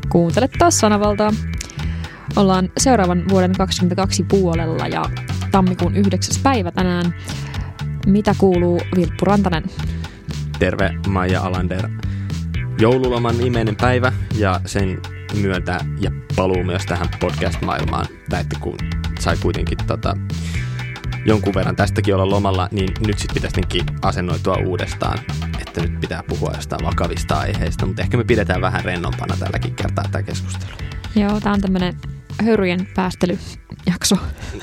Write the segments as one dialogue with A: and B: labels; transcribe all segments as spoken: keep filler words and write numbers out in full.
A: Kuuntelet taas Sanavaltaa. Ollaan seuraavan vuoden kaksikymmentäkaksi puolella ja tammikuun yhdeksäs päivä tänään. Mitä kuuluu, Vilppu Rantanen?
B: Terve, Maija Alander. Joululoman viimeinen päivä ja sen myötä ja paluu myös tähän podcast-maailmaan. Täytti kun sai kuitenkin tota, jonkun verran tästäkin olla lomalla, niin nyt sitten pitäisi asennoitua uudestaan, että nyt pitää puhua jostain vakavista aiheista, mutta ehkä me pidetään vähän rennompana tälläkin kertaa tämä keskustelu.
A: Joo, tämä on tämmöinen höyryjen päästelyjakso.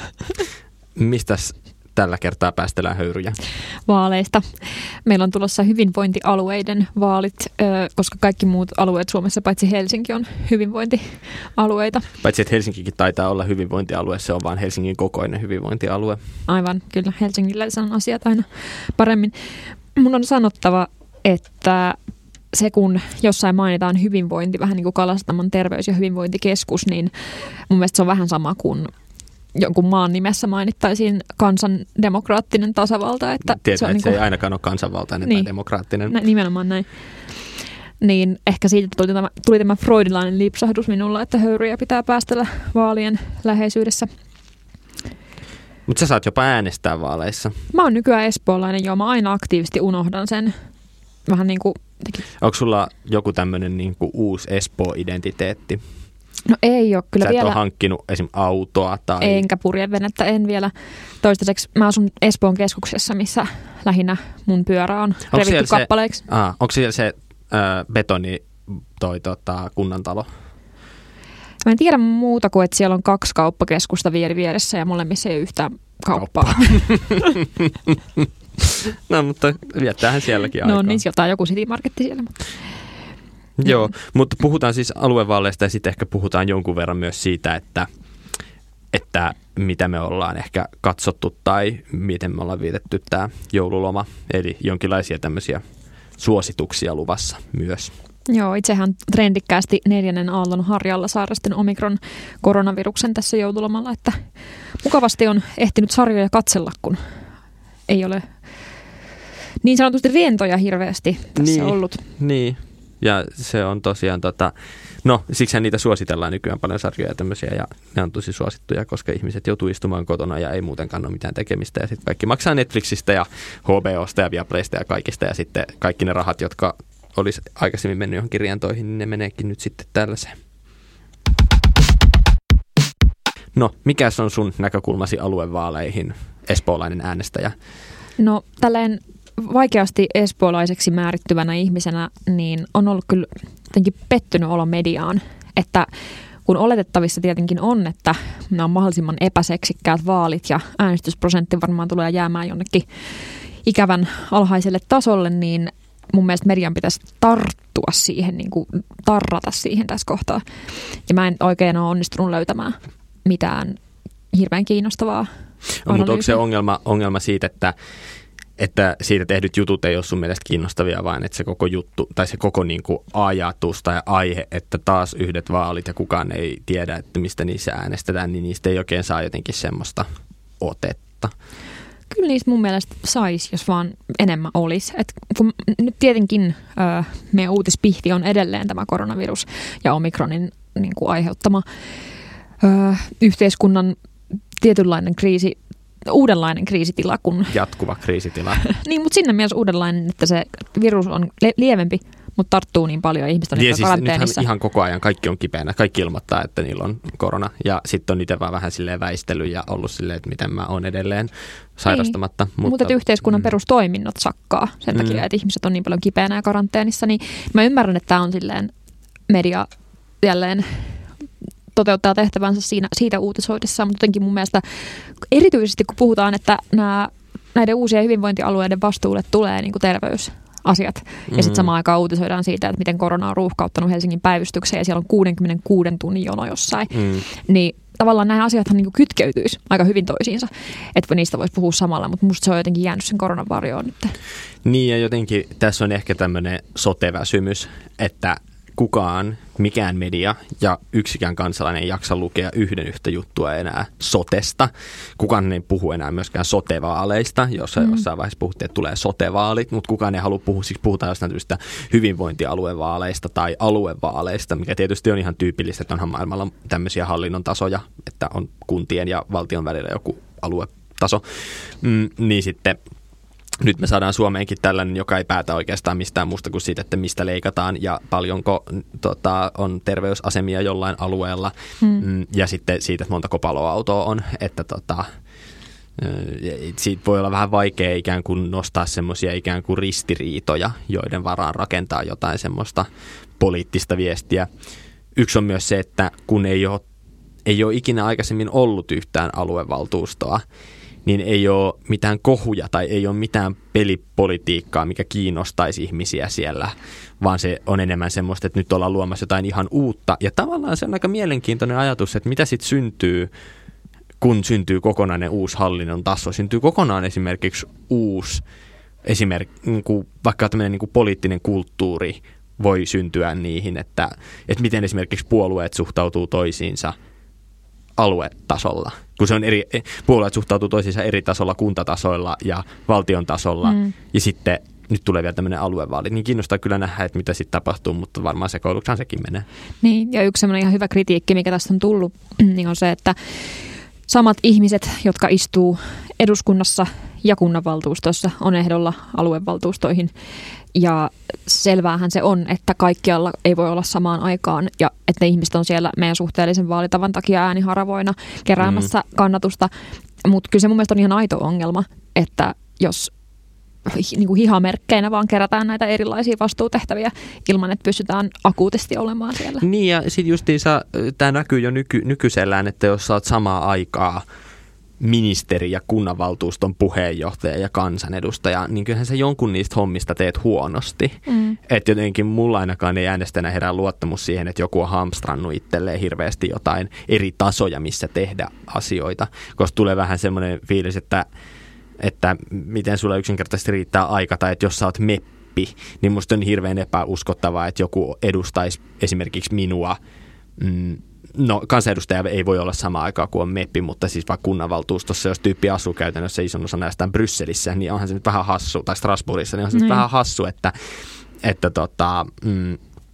B: Mistäs tällä kertaa päästellään höyryjä?
A: Vaaleista. Meillä on tulossa hyvinvointialueiden vaalit, koska kaikki muut alueet Suomessa, paitsi Helsinki, on hyvinvointialueita.
B: Paitsi, että Helsinkikin taitaa olla hyvinvointialue, se on vaan Helsingin kokoinen hyvinvointialue.
A: Aivan, kyllä. Helsingiläisillä on asiat aina paremmin. Mun on sanottava, että se kun jossain mainitaan hyvinvointi, vähän niin kuin Kalastamon terveys- ja hyvinvointikeskus, niin mun mielestä se on vähän sama kuin jonkun maan nimessä mainittaisiin kansandemokraattinen tasavalta. Että
B: Tietää,
A: se, on
B: että
A: niin kuin,
B: se ei ainakaan ole kansanvaltainen
A: niin,
B: tai demokraattinen.
A: Nä, nimenomaan näin. Niin ehkä siitä tuli tämä, tuli tämä freudilainen lipsahdus minulla, että höyryjä pitää päästellä vaalien läheisyydessä.
B: Mutta sä saat jopa äänestää vaaleissa.
A: Mä oon nykyään espoolainen, joo. Mä aina aktiivisesti unohdan sen. Vähän niin kuin
B: onko sulla joku tämmöinen niin kuin uusi Espoo-identiteetti?
A: No ei ole kyllä
B: sä
A: vielä.
B: Sä et ole hankkinut esim. Autoa tai
A: enkä purjevenettä, en vielä. Toistaiseksi mä asun Espoon keskuksessa, missä lähinnä mun pyörä on onko revitty kappaleiksi.
B: Se, aa, onko siellä se äh, betoni toi tota, kunnantalo?
A: Mä en tiedä muuta kuin, että siellä on kaksi kauppakeskusta vieri vieressä ja molemmissa ei ole yhtään kauppaa.
B: Kauppa. No, mutta viettäähän sielläkin aikaa.
A: No niin, sieltä on joku City Marketti siellä. Mutta
B: joo, mutta puhutaan siis aluevaaleista ja sitten ehkä puhutaan jonkun verran myös siitä, että, että mitä me ollaan ehkä katsottu tai miten me ollaan vietetty tämä joululoma. Eli jonkinlaisia tämmöisiä suosituksia luvassa myös.
A: Joo, itsehän trendikkäästi neljännen aallon harjalla sairastin omikron koronaviruksen tässä joululomalla, että mukavasti on ehtinyt sarjoja katsella, kun ei ole niin sanotusti rientoja hirveästi tässä
B: niin,
A: ollut.
B: Niin, ja se on tosiaan, tota, no siksihän niitä suositellaan nykyään paljon sarjoja ja tämmöisiä, ja ne on tosi suosittuja, koska ihmiset joutuu istumaan kotona ja ei muutenkaan ole mitään tekemistä, ja sitten kaikki maksaa Netflixistä ja H B Osta ja Viaplaysta ja kaikista, ja sitten kaikki ne rahat, jotka olisi aikaisemmin mennyt johonkin rientoihin, niin ne meneekin nyt sitten tällaiseen. No, mikä on sun näkökulmasi aluevaaleihin, espoolainen äänestäjä?
A: No, tälleen vaikeasti espoolaiseksi määrittyvänä ihmisenä, niin on ollut kyllä jotenkin pettynyt olo mediaan, että kun oletettavissa tietenkin on, että nämä on mahdollisimman epäseksikkäät vaalit ja äänestysprosentti varmaan tulee jäämään jonnekin ikävän alhaiselle tasolle, niin mun mielestä median pitäisi tarttua siihen, niin kuin tarrata siihen tässä kohtaa. Ja mä en oikein ole onnistunut löytämään mitään hirveän kiinnostavaa
B: no, mutta onko se ongelma, ongelma siitä, että, että siitä tehdyt jutut ei ole sun mielestä kiinnostavia, vaan että se koko juttu tai se koko niin kuin ajatus tai aihe, että taas yhdet vaalit ja kukaan ei tiedä, että mistä niissä äänestetään, niin niistä ei oikein saa jotenkin semmoista otetta.
A: Kyllä niistä mun mielestä saisi, jos vaan enemmän olisi. Et kun nyt tietenkin ö, meidän uutispihti on edelleen tämä koronavirus ja omikronin niin kuin aiheuttama ö, yhteiskunnan tietynlainen kriisi, uudenlainen kriisitila. Kun
B: jatkuva kriisitila.
A: Niin, mutta sinne mielessä uudenlainen, että se virus on le- lievempi, mutta tarttuu niin paljon ihmistä nyt
B: siis
A: karanteenissa.
B: Ihan koko ajan kaikki on kipeänä. Kaikki ilmoittaa, että niillä on korona. Ja sitten on itse vaan vähän silleen väistellyt ja ollut silleen, että miten mä oon edelleen sairastamatta.
A: Niin.
B: Mutta,
A: mutta että yhteiskunnan mm. perustoiminnot sakkaa sen mm. takia, että ihmiset on niin paljon kipeänä ja karanteenissa. Niin mä ymmärrän, että tämä on silleen media jälleen toteuttaa tehtävänsä siinä, siitä uutisoidessaan, mutta jotenkin mun mielestä erityisesti kun puhutaan, että nämä, näiden uusien hyvinvointialueiden vastuulle tulee niin kuin terveysasiat mm-hmm. ja sitten samaan aikaan uutisoidaan siitä, että miten korona on ruuhkauttanut Helsingin päivystykseen ja siellä on kuudenkymmenenkuuden tunnin jono jossain, mm. niin tavallaan nämä asiathan niin kuin kytkeytyisi aika hyvin toisiinsa, että niistä voisi puhua samalla, mutta musta se on jotenkin jäänyt sen koronan varjoon nyt.
B: Niin ja jotenkin tässä on ehkä tämmöinen sote-väsymys, että kukaan, mikään media ja yksikään kansalainen ei jaksa lukea yhden yhtä juttua enää sotesta. Kukaan ei puhu enää myöskään sotevaaleista, jossa mm. jossain vaiheessa puhuttiin, että tulee sotevaalit, mutta kukaan ei halua puhua, siis puhutaan jostain tämmöistä hyvinvointialuevaaleista tai aluevaaleista, mikä tietysti on ihan tyypillistä, että onhan maailmalla tämmöisiä hallinnon tasoja, että on kuntien ja valtion välillä joku aluetaso, mm, niin sitten nyt me saadaan Suomeenkin tällainen, joka ei päätä oikeastaan mistään muusta kuin siitä, että mistä leikataan ja paljonko tota, on terveysasemia jollain alueella hmm. ja sitten siitä, että montako paloautoa on, että tota, siitä voi olla vähän vaikea ikään kuin nostaa semmoisia ikään kuin ristiriitoja, joiden varaan rakentaa jotain semmoista poliittista viestiä. Yksi on myös se, että kun ei ole, ei ole ikinä aikaisemmin ollut yhtään aluevaltuustoa, niin ei ole mitään kohuja tai ei ole mitään pelipolitiikkaa, mikä kiinnostaisi ihmisiä siellä, vaan se on enemmän semmoista, että nyt ollaan luomassa jotain ihan uutta. Ja tavallaan se on aika mielenkiintoinen ajatus, että mitä sitten syntyy, kun syntyy kokonainen uusi hallinnon taso. Syntyy kokonaan esimerkiksi uusi, esimerk, niin kuin, vaikka tämmöinen niin kuin poliittinen kulttuuri voi syntyä niihin, että, että miten esimerkiksi puolueet suhtautuu toisiinsa aluetasolla, kun se on eri, puolueet suhtautuu toisiinsa eri tasolla, kuntatasoilla ja valtion tasolla, mm. ja sitten nyt tulee vielä tämmöinen aluevaali, niin kiinnostaa kyllä nähdä, että mitä sitten tapahtuu, mutta varmaan sekoiluksaan sekin menee. Niin,
A: ja yksi semmoinen ihan hyvä kritiikki, mikä tästä on tullut, niin on se, että samat ihmiset, jotka istuu eduskunnassa ja kunnanvaltuustossa, on ehdolla aluevaltuustoihin. Ja selväähän se on, että kaikkialla ei voi olla samaan aikaan ja että ne ihmiset on siellä meidän suhteellisen vaalitavan takia ääniharavoina keräämässä mm. kannatusta. Mutta kyllä se mun mielestä on ihan aito ongelma, että jos niin kuin hihamerkkeinä vaan kerätään näitä erilaisia vastuutehtäviä ilman, että pystytään akuutisti olemaan siellä.
B: Niin ja sitten justiinsa tämä näkyy jo nyky, nykyisellään, että jos sä oot samaa aikaa ministeri ja kunnanvaltuuston puheenjohtaja ja kansanedustaja, niin kyllähän sä jonkun niistä hommista teet huonosti. Mm. Että jotenkin mulla ainakaan ei äänestäjänä herää luottamus siihen, että joku on hamstrannut itselleen hirveästi jotain eri tasoja, missä tehdä asioita. Koska tulee vähän semmoinen fiilis, että, että miten sulla yksinkertaisesti riittää aika, tai että jos sä oot meppi, niin musta on hirveän epäuskottavaa, että joku edustaisi esimerkiksi minua. Mm, No kansanedustaja ei voi olla sama aikaa kuin on meppi, mutta siis vaikka kunnanvaltuustossa, jos tyyppi asuu käytännössä ison osan näistä Brysselissä, niin onhan se nyt vähän hassu, tai Strasbourgissa, niin onhan se mm. nyt vähän hassu, että, että, tota, mm,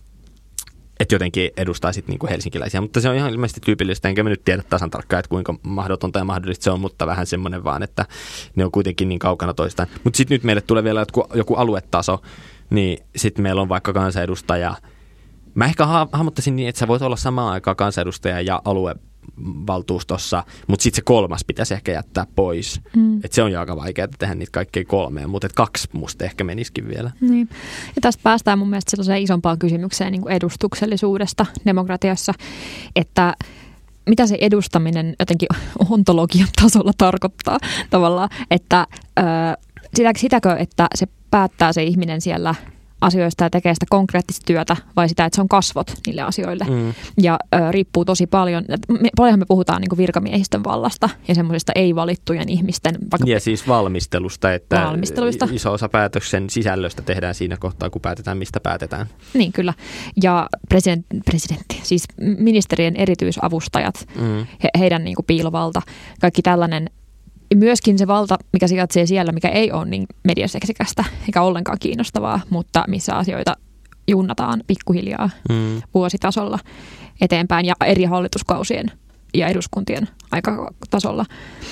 B: että jotenkin edustaa sitten niinku helsinkiläisiä. Mutta se on ihan ilmeisesti tyypillistä, enkä mä nyt tiedä tasan tarkkaan, että kuinka mahdotonta ja mahdollista se on, mutta vähän semmoinen vaan, että ne on kuitenkin niin kaukana toistaan. Mutta sitten nyt meille tulee vielä joku, joku aluetaso, niin sitten meillä on vaikka kansanedustaja. Mä ehkä hahmottaisin niin, että sä voit olla samaan aikaan kansanedustaja ja aluevaltuustossa, mutta sitten se kolmas pitäisi ehkä jättää pois. Mm. Että se on jo aika vaikeaa tehdä niitä kaikkein kolmeen, mutta kaksi musta ehkä menisikin vielä. Niin.
A: Ja tästä päästään mun mielestä sellaiseen isompaan kysymykseen niin kuin edustuksellisuudesta demokratiassa, että mitä se edustaminen jotenkin ontologian tasolla tarkoittaa tavallaan, että ö, sitä, sitäkö, että se päättää se ihminen siellä asioista ja tekee sitä konkreettista työtä vai sitä, että se on kasvot niille asioille. Mm. Ja ö, riippuu tosi paljon. Me, paljonhan me puhutaan niin kuin virkamiehistön vallasta ja semmoisista ei-valittujen ihmisten. Vaikka
B: ja siis valmistelusta, että valmisteluista. Iso osa päätöksen sisällöstä tehdään siinä kohtaa, kun päätetään, mistä päätetään.
A: Niin, kyllä. Ja president, presidentti, siis ministerien erityisavustajat, mm. he, heidän niin kuin piilovalta, kaikki tällainen. Myöskin se valta, mikä sijaitsee siellä, mikä ei ole niin mediaseksikästä eikä ollenkaan kiinnostavaa, mutta missä asioita junnataan pikkuhiljaa mm. vuositasolla eteenpäin ja eri hallituskausien ja eduskuntien aikatasolla.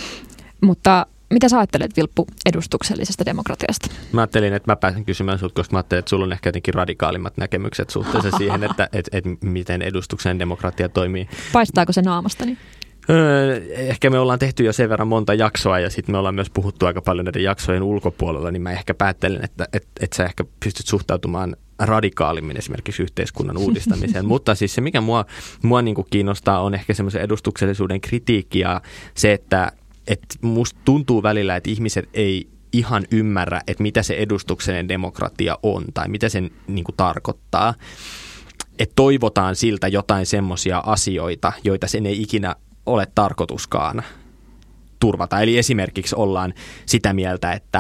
A: Mutta mitä sä ajattelet, Vilppu, edustuksellisesta demokratiasta?
B: Mä ajattelin, että mä pääsen kysymään sut, koska mä ajattelin, että sulla on ehkä jotenkin radikaalimmat näkemykset suhteessa siihen, että et, et, miten edustuksellinen demokratia toimii.
A: Paistaako se naamastani?
B: Ehkä me ollaan tehty jo sen verran monta jaksoa ja sitten me ollaan myös puhuttu aika paljon näiden jaksojen ulkopuolella, niin mä ehkä päättelen, että et, et sä ehkä pystyt suhtautumaan radikaalimmin esimerkiksi yhteiskunnan uudistamiseen. Mutta siis se, mikä mua, mua niin kuin kiinnostaa, on ehkä semmoisen edustuksellisuuden kritiikki ja se, että et musta tuntuu välillä, että ihmiset ei ihan ymmärrä, että mitä se edustuksellinen demokratia on tai mitä se niin kuin tarkoittaa. Että toivotaan siltä jotain semmoisia asioita, joita sen ei ikinä ole tarkoituskaan turvata. Eli esimerkiksi ollaan sitä mieltä, että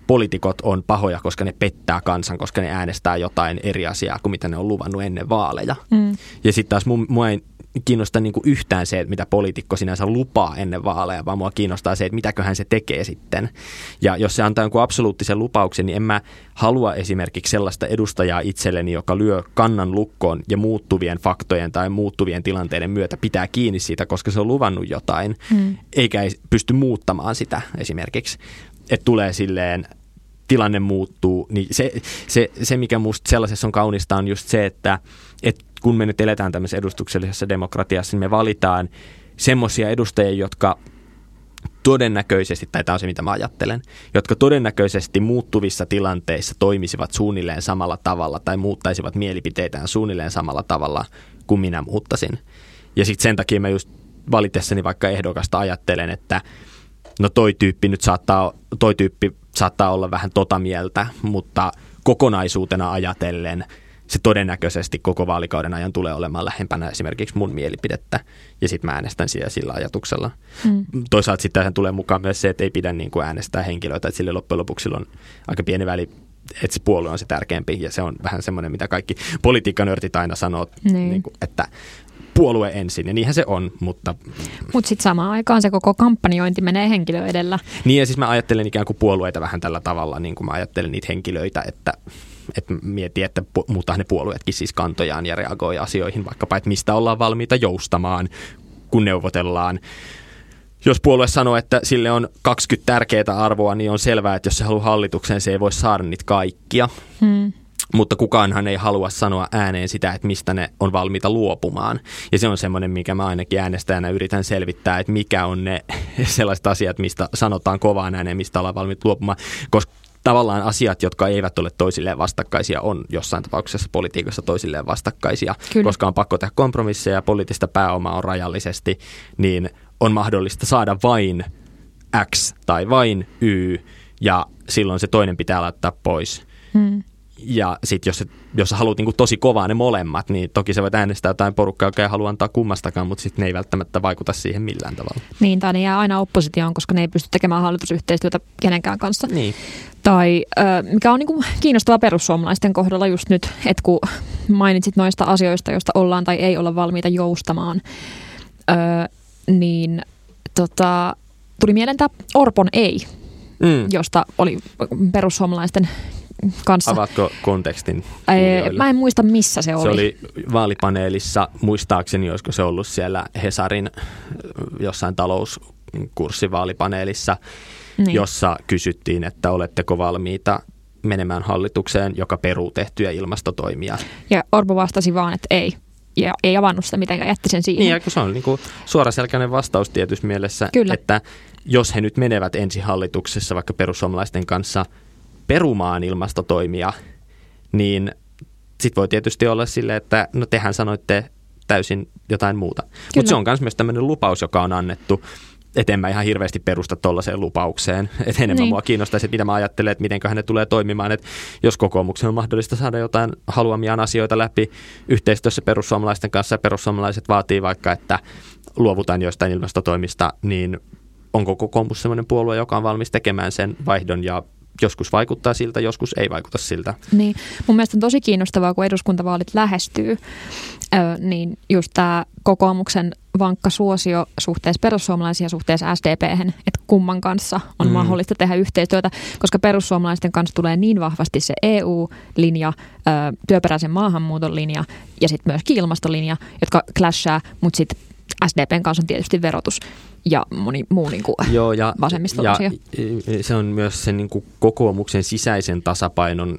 B: poliitikot on pahoja, koska ne pettää kansan, koska ne äänestää jotain eri asiaa kuin mitä ne on luvannut ennen vaaleja. Mm. Ja sitten taas mun, mua ei kiinnosta niin kuin yhtään se, että mitä poliitikko sinänsä lupaa ennen vaaleja, vaan mua kiinnostaa se, että mitäköhän se tekee sitten. Ja jos se antaa jonkun absoluuttisen lupauksen, niin en mä halua esimerkiksi sellaista edustajaa itselleni, joka lyö kannan lukkoon ja muuttuvien faktojen tai muuttuvien tilanteiden myötä pitää kiinni siitä, koska se on luvannut jotain, mm. eikä pysty muuttamaan sitä esimerkiksi. Että tulee silleen, tilanne muuttuu, niin se, se, se mikä musta sellaisessa on kaunista on just se, että, että kun me nyt eletään tämmöisessä edustuksellisessa demokratiassa, niin me valitaan semmoisia edustajia, jotka todennäköisesti, tai tämä on se mitä mä ajattelen, jotka todennäköisesti muuttuvissa tilanteissa toimisivat suunnilleen samalla tavalla tai muuttaisivat mielipiteitään suunnilleen samalla tavalla kuin minä muuttaisin. Ja sitten sen takia mä just valitessani vaikka ehdokasta ajattelen, että no toi tyyppi nyt saattaa, toi tyyppi saattaa olla vähän tota mieltä, mutta kokonaisuutena ajatellen se todennäköisesti koko vaalikauden ajan tulee olemaan lähempänä esimerkiksi mun mielipidettä, ja sitten mä äänestän siellä sillä ajatuksella. Mm. Toisaalta sitten tähän tulee mukaan myös se, että ei pidä niin kuin äänestää henkilöitä, että sille loppujen lopuksi on aika pieni väli, että se puolue on se tärkeämpi, ja se on vähän semmoinen, mitä kaikki politiikkanörtit aina sanoo, niin. Niin kuin, että puolue ensin, ja niinhän se on, mutta...
A: Mutta sitten samaan aikaan se koko kampanjointi menee henkilö edellä.
B: Niin, ja siis mä ajattelen ikään kuin puolueita vähän tällä tavalla, niin kuin mä ajattelen niitä henkilöitä, että, että mietin, että muuttaa ne puolueetkin siis kantojaan ja reagoi asioihin, vaikkapa, että mistä ollaan valmiita joustamaan, kun neuvotellaan. Jos puolue sanoo, että sille on kaksikymmentä tärkeää arvoa, niin on selvää, että jos se haluaa hallitukseen, se ei voi saada niitä kaikkia. Hmm. Mutta kukaanhan ei halua sanoa ääneen sitä, että mistä ne on valmiita luopumaan. Ja se on semmoinen, mikä mä ainakin äänestäjänä yritän selvittää, että mikä on ne sellaiset asiat, mistä sanotaan kovaan ääneen, mistä ollaan valmiita luopumaan. Koska tavallaan asiat, jotka eivät ole toisilleen vastakkaisia, on jossain tapauksessa politiikassa toisilleen vastakkaisia. Kyllä. Koska on pakko tehdä kompromisseja ja poliittista pääomaa on rajallisesti, niin on mahdollista saada vain X tai vain Y, ja silloin se toinen pitää laittaa pois. Hmm. Ja sitten jos, jos sä haluat niinku tosi kovaa ne molemmat, niin toki sä voit äänestää jotain porukkaa, joka ei halua antaa kummastakaan, mutta sitten ne ei välttämättä vaikuta siihen millään tavalla.
A: Niin, tai ne jää aina oppositioon, koska ne ei pysty tekemään hallitusyhteistyötä kenenkään kanssa.
B: Niin.
A: Tai mikä on niinku kiinnostavaa perussuomalaisten kohdalla just nyt, että kun mainitsit noista asioista, joista ollaan tai ei olla valmiita joustamaan, öö, niin tota, tuli mieleen tämä Orpon ei, mm. josta oli perussuomalaisten kanssa.
B: Avaatko kontekstin?
A: Ei, mä en muista, missä se oli.
B: Se oli vaalipaneelissa, muistaakseni, olisiko se ollut siellä Hesarin jossain talouskurssivaalipaneelissa, niin. Jossa kysyttiin, että oletteko valmiita menemään hallitukseen, joka peruu tehtyjä ilmastotoimia. Ja
A: Orpo vastasi vaan, että ei. Ja ei avannut sitä mitenkään, jätti sen siihen.
B: Niin, ja se on niin kuin suoraselkäinen vastaus tietyssä mielessä, Kyllä. että jos he nyt menevät ensi hallituksessa vaikka perussuomalaisten kanssa perumaan ilmastotoimia, niin sitten voi tietysti olla silleen, että no tehän sanoitte täysin jotain muuta. Mutta se on myös tämmöinen lupaus, joka on annettu, että en mä ihan hirveästi perusta tuollaiseen lupaukseen. Että enemmän niin. Mua kiinnostaisi, että mitä mä ajattelen, että mitenköhän ne tulee toimimaan. Että jos kokoomuksen on mahdollista saada jotain haluamiaan asioita läpi yhteistyössä perussuomalaisten kanssa ja perussuomalaiset vaatii vaikka, että luovutaan joistain ilmastotoimista, niin onko kokoomus sellainen puolue, joka on valmis tekemään sen vaihdon ja joskus vaikuttaa siltä, joskus ei vaikuta siltä.
A: Niin, mun mielestä on tosi kiinnostavaa, kun eduskuntavaalit lähestyy, niin just tämä kokoomuksen vankka suosio suhteessa perussuomalaisia suhteessa S D P:hen, että kumman kanssa on mm. mahdollista tehdä yhteistyötä, koska perussuomalaisten kanssa tulee niin vahvasti se E U-linja, työperäisen maahanmuuton linja ja sitten myöskin ilmastolinja, jotka clashaa, mutta sitten S D P:n kanssa on tietysti verotus ja moni muu niin kuin
B: Joo, ja,
A: vasemmistolaisia.
B: Ja se on myös sen niin kuin kokoomuksen sisäisen tasapainon.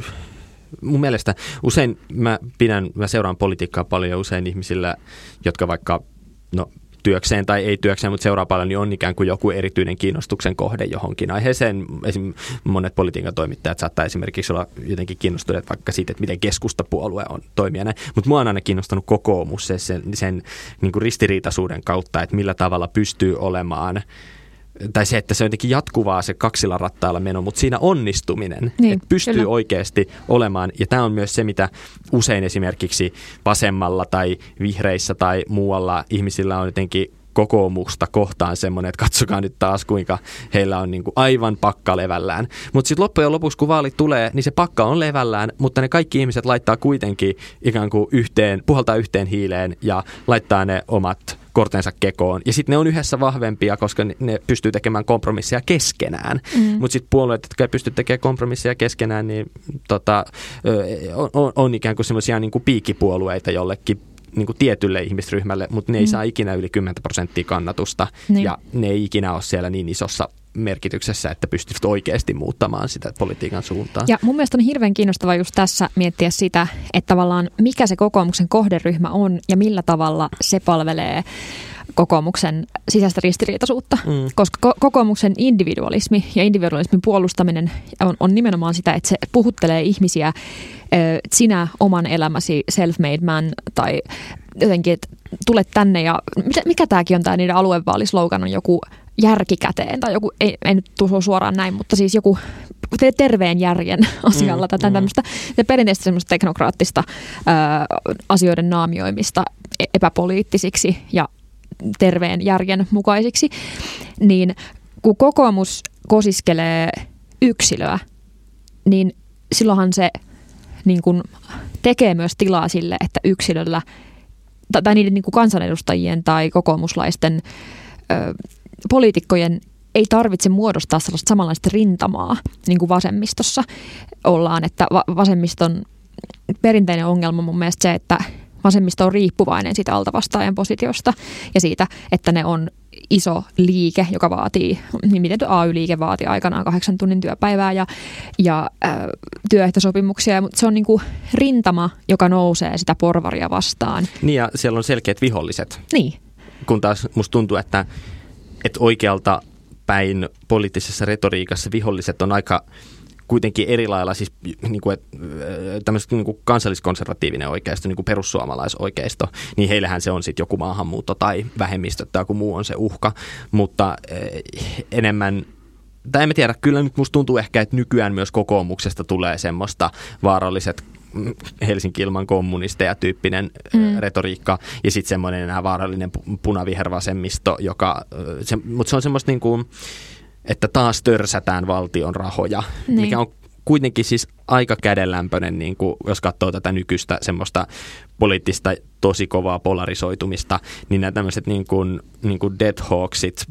B: Mun mielestä usein mä pidän, mä seuraan politiikkaa paljon ja usein ihmisillä, jotka vaikka no, työkseen tai ei työkseen, mutta seuraa paljon, niin on ikään kuin joku erityinen kiinnostuksen kohde johonkin aiheeseen. Esim. Monet politiikan toimittajat saattaa esimerkiksi olla jotenkin kiinnostuneet vaikka siitä, että miten keskustapuolue on toimia. Mutta mua on aina kiinnostanut kokoomus sen, sen, sen niin kuin ristiriitaisuuden kautta, että millä tavalla pystyy olemaan, tai se, että se on jotenkin jatkuvaa se kaksilla rattailla meno, mutta siinä onnistuminen, niin, että pystyy kyllä. oikeasti olemaan. Ja tämä on myös se, mitä usein esimerkiksi vasemmalla tai vihreissä tai muualla ihmisillä on jotenkin kokoomusta kohtaan semmoinen, että katsokaa nyt taas kuinka heillä on niin kuin aivan pakka levällään. Mutta sitten loppujen lopuksi, kun vaalit tulee, niin se pakka on levällään, mutta ne kaikki ihmiset laittaa kuitenkin ikään kuin yhteen, puhaltaa yhteen hiileen ja laittaa ne omat kortensa kekoon. Ja sitten ne on yhdessä vahvempia, koska ne pystyy tekemään kompromisseja keskenään. Mm. Mutta sitten puolueet, jotka ei pysty tekemään kompromisseja keskenään, niin tota, on, on, on ikään kuin semmoisia niin kuin piikkipuolueita jollekin niin kuin tietylle ihmisryhmälle, mutta ne ei mm. saa ikinä yli kymmenen prosenttia kannatusta. Niin. Ja ne ei ikinä ole siellä niin isossa merkityksessä, että pystyisi oikeasti muuttamaan sitä politiikan suuntaan. Ja
A: mun mielestä on hirveän kiinnostavaa just tässä miettiä sitä, että tavallaan mikä se kokoomuksen kohderyhmä on ja millä tavalla se palvelee kokoomuksen sisäistä ristiriitaisuutta, mm. koska ko- kokoomuksen individualismi ja individualismin puolustaminen on, on nimenomaan sitä, että se puhuttelee ihmisiä, äh, sinä oman elämäsi self-made man tai jotenkin, että tulet tänne ja mikä, mikä tämäkin on tämä niiden aluevaalislogan on joku järkikäteen tai joku, ei, ei nyt tule suoraan näin, mutta siis joku terveen järjen asialla mm, tai mm. tämmöistä perinteistä semmoista teknokraattista ää, asioiden naamioimista epäpoliittisiksi ja terveen järjen mukaisiksi, niin kun kokoomus kosiskelee yksilöä, niin silloinhan se niin kun tekee myös tilaa sille, että yksilöllä tai niiden niin kuin kansanedustajien tai kokoomuslaisten ö, poliitikkojen ei tarvitse muodostaa sellaista samanlaista rintamaa, niin kuin vasemmistossa ollaan. Että va- vasemmiston perinteinen ongelma mun mielestä se, että vasemmisto on riippuvainen siitä altavastaajan positiosta ja siitä, että ne on iso liike, joka vaatii, niin miten A Y-liike vaatii aikanaan kahdeksan tunnin työpäivää ja, ja äh, työehtosopimuksia, mutta se on niin kuin rintama, joka nousee sitä porvaria vastaan.
B: Niin ja siellä on selkeät viholliset.
A: Niin.
B: Kun taas musta tuntuu, että, että oikealta päin poliittisessa retoriikassa viholliset on aika kuitenkin eri lailla, siis niin kuin, tämmöistä niin kuin kansalliskonservatiivinen oikeisto, niin kuin perussuomalaisoikeisto, niin heillähän se on sitten joku maahanmuutto tai vähemmistö tai joku muu on se uhka, mutta enemmän, tai en mä tiedä, kyllä nyt musta tuntuu ehkä, että nykyään myös kokoomuksesta tulee semmoista vaaralliset Helsinki ilman kommunisteja tyyppinen mm. retoriikka ja sitten semmoinen enää vaarallinen punavihervasemmisto, joka, se, mutta se on semmoista niin kuin, että taas törsätään valtion rahoja, niin. Mikä on kuitenkin siis aika kädenlämpöinen, niin kuin, jos katsoo tätä nykyistä semmoista poliittista tosi kovaa polarisoitumista, niin nämä tämmöiset niin kuin, niin kuin Death Hawksit,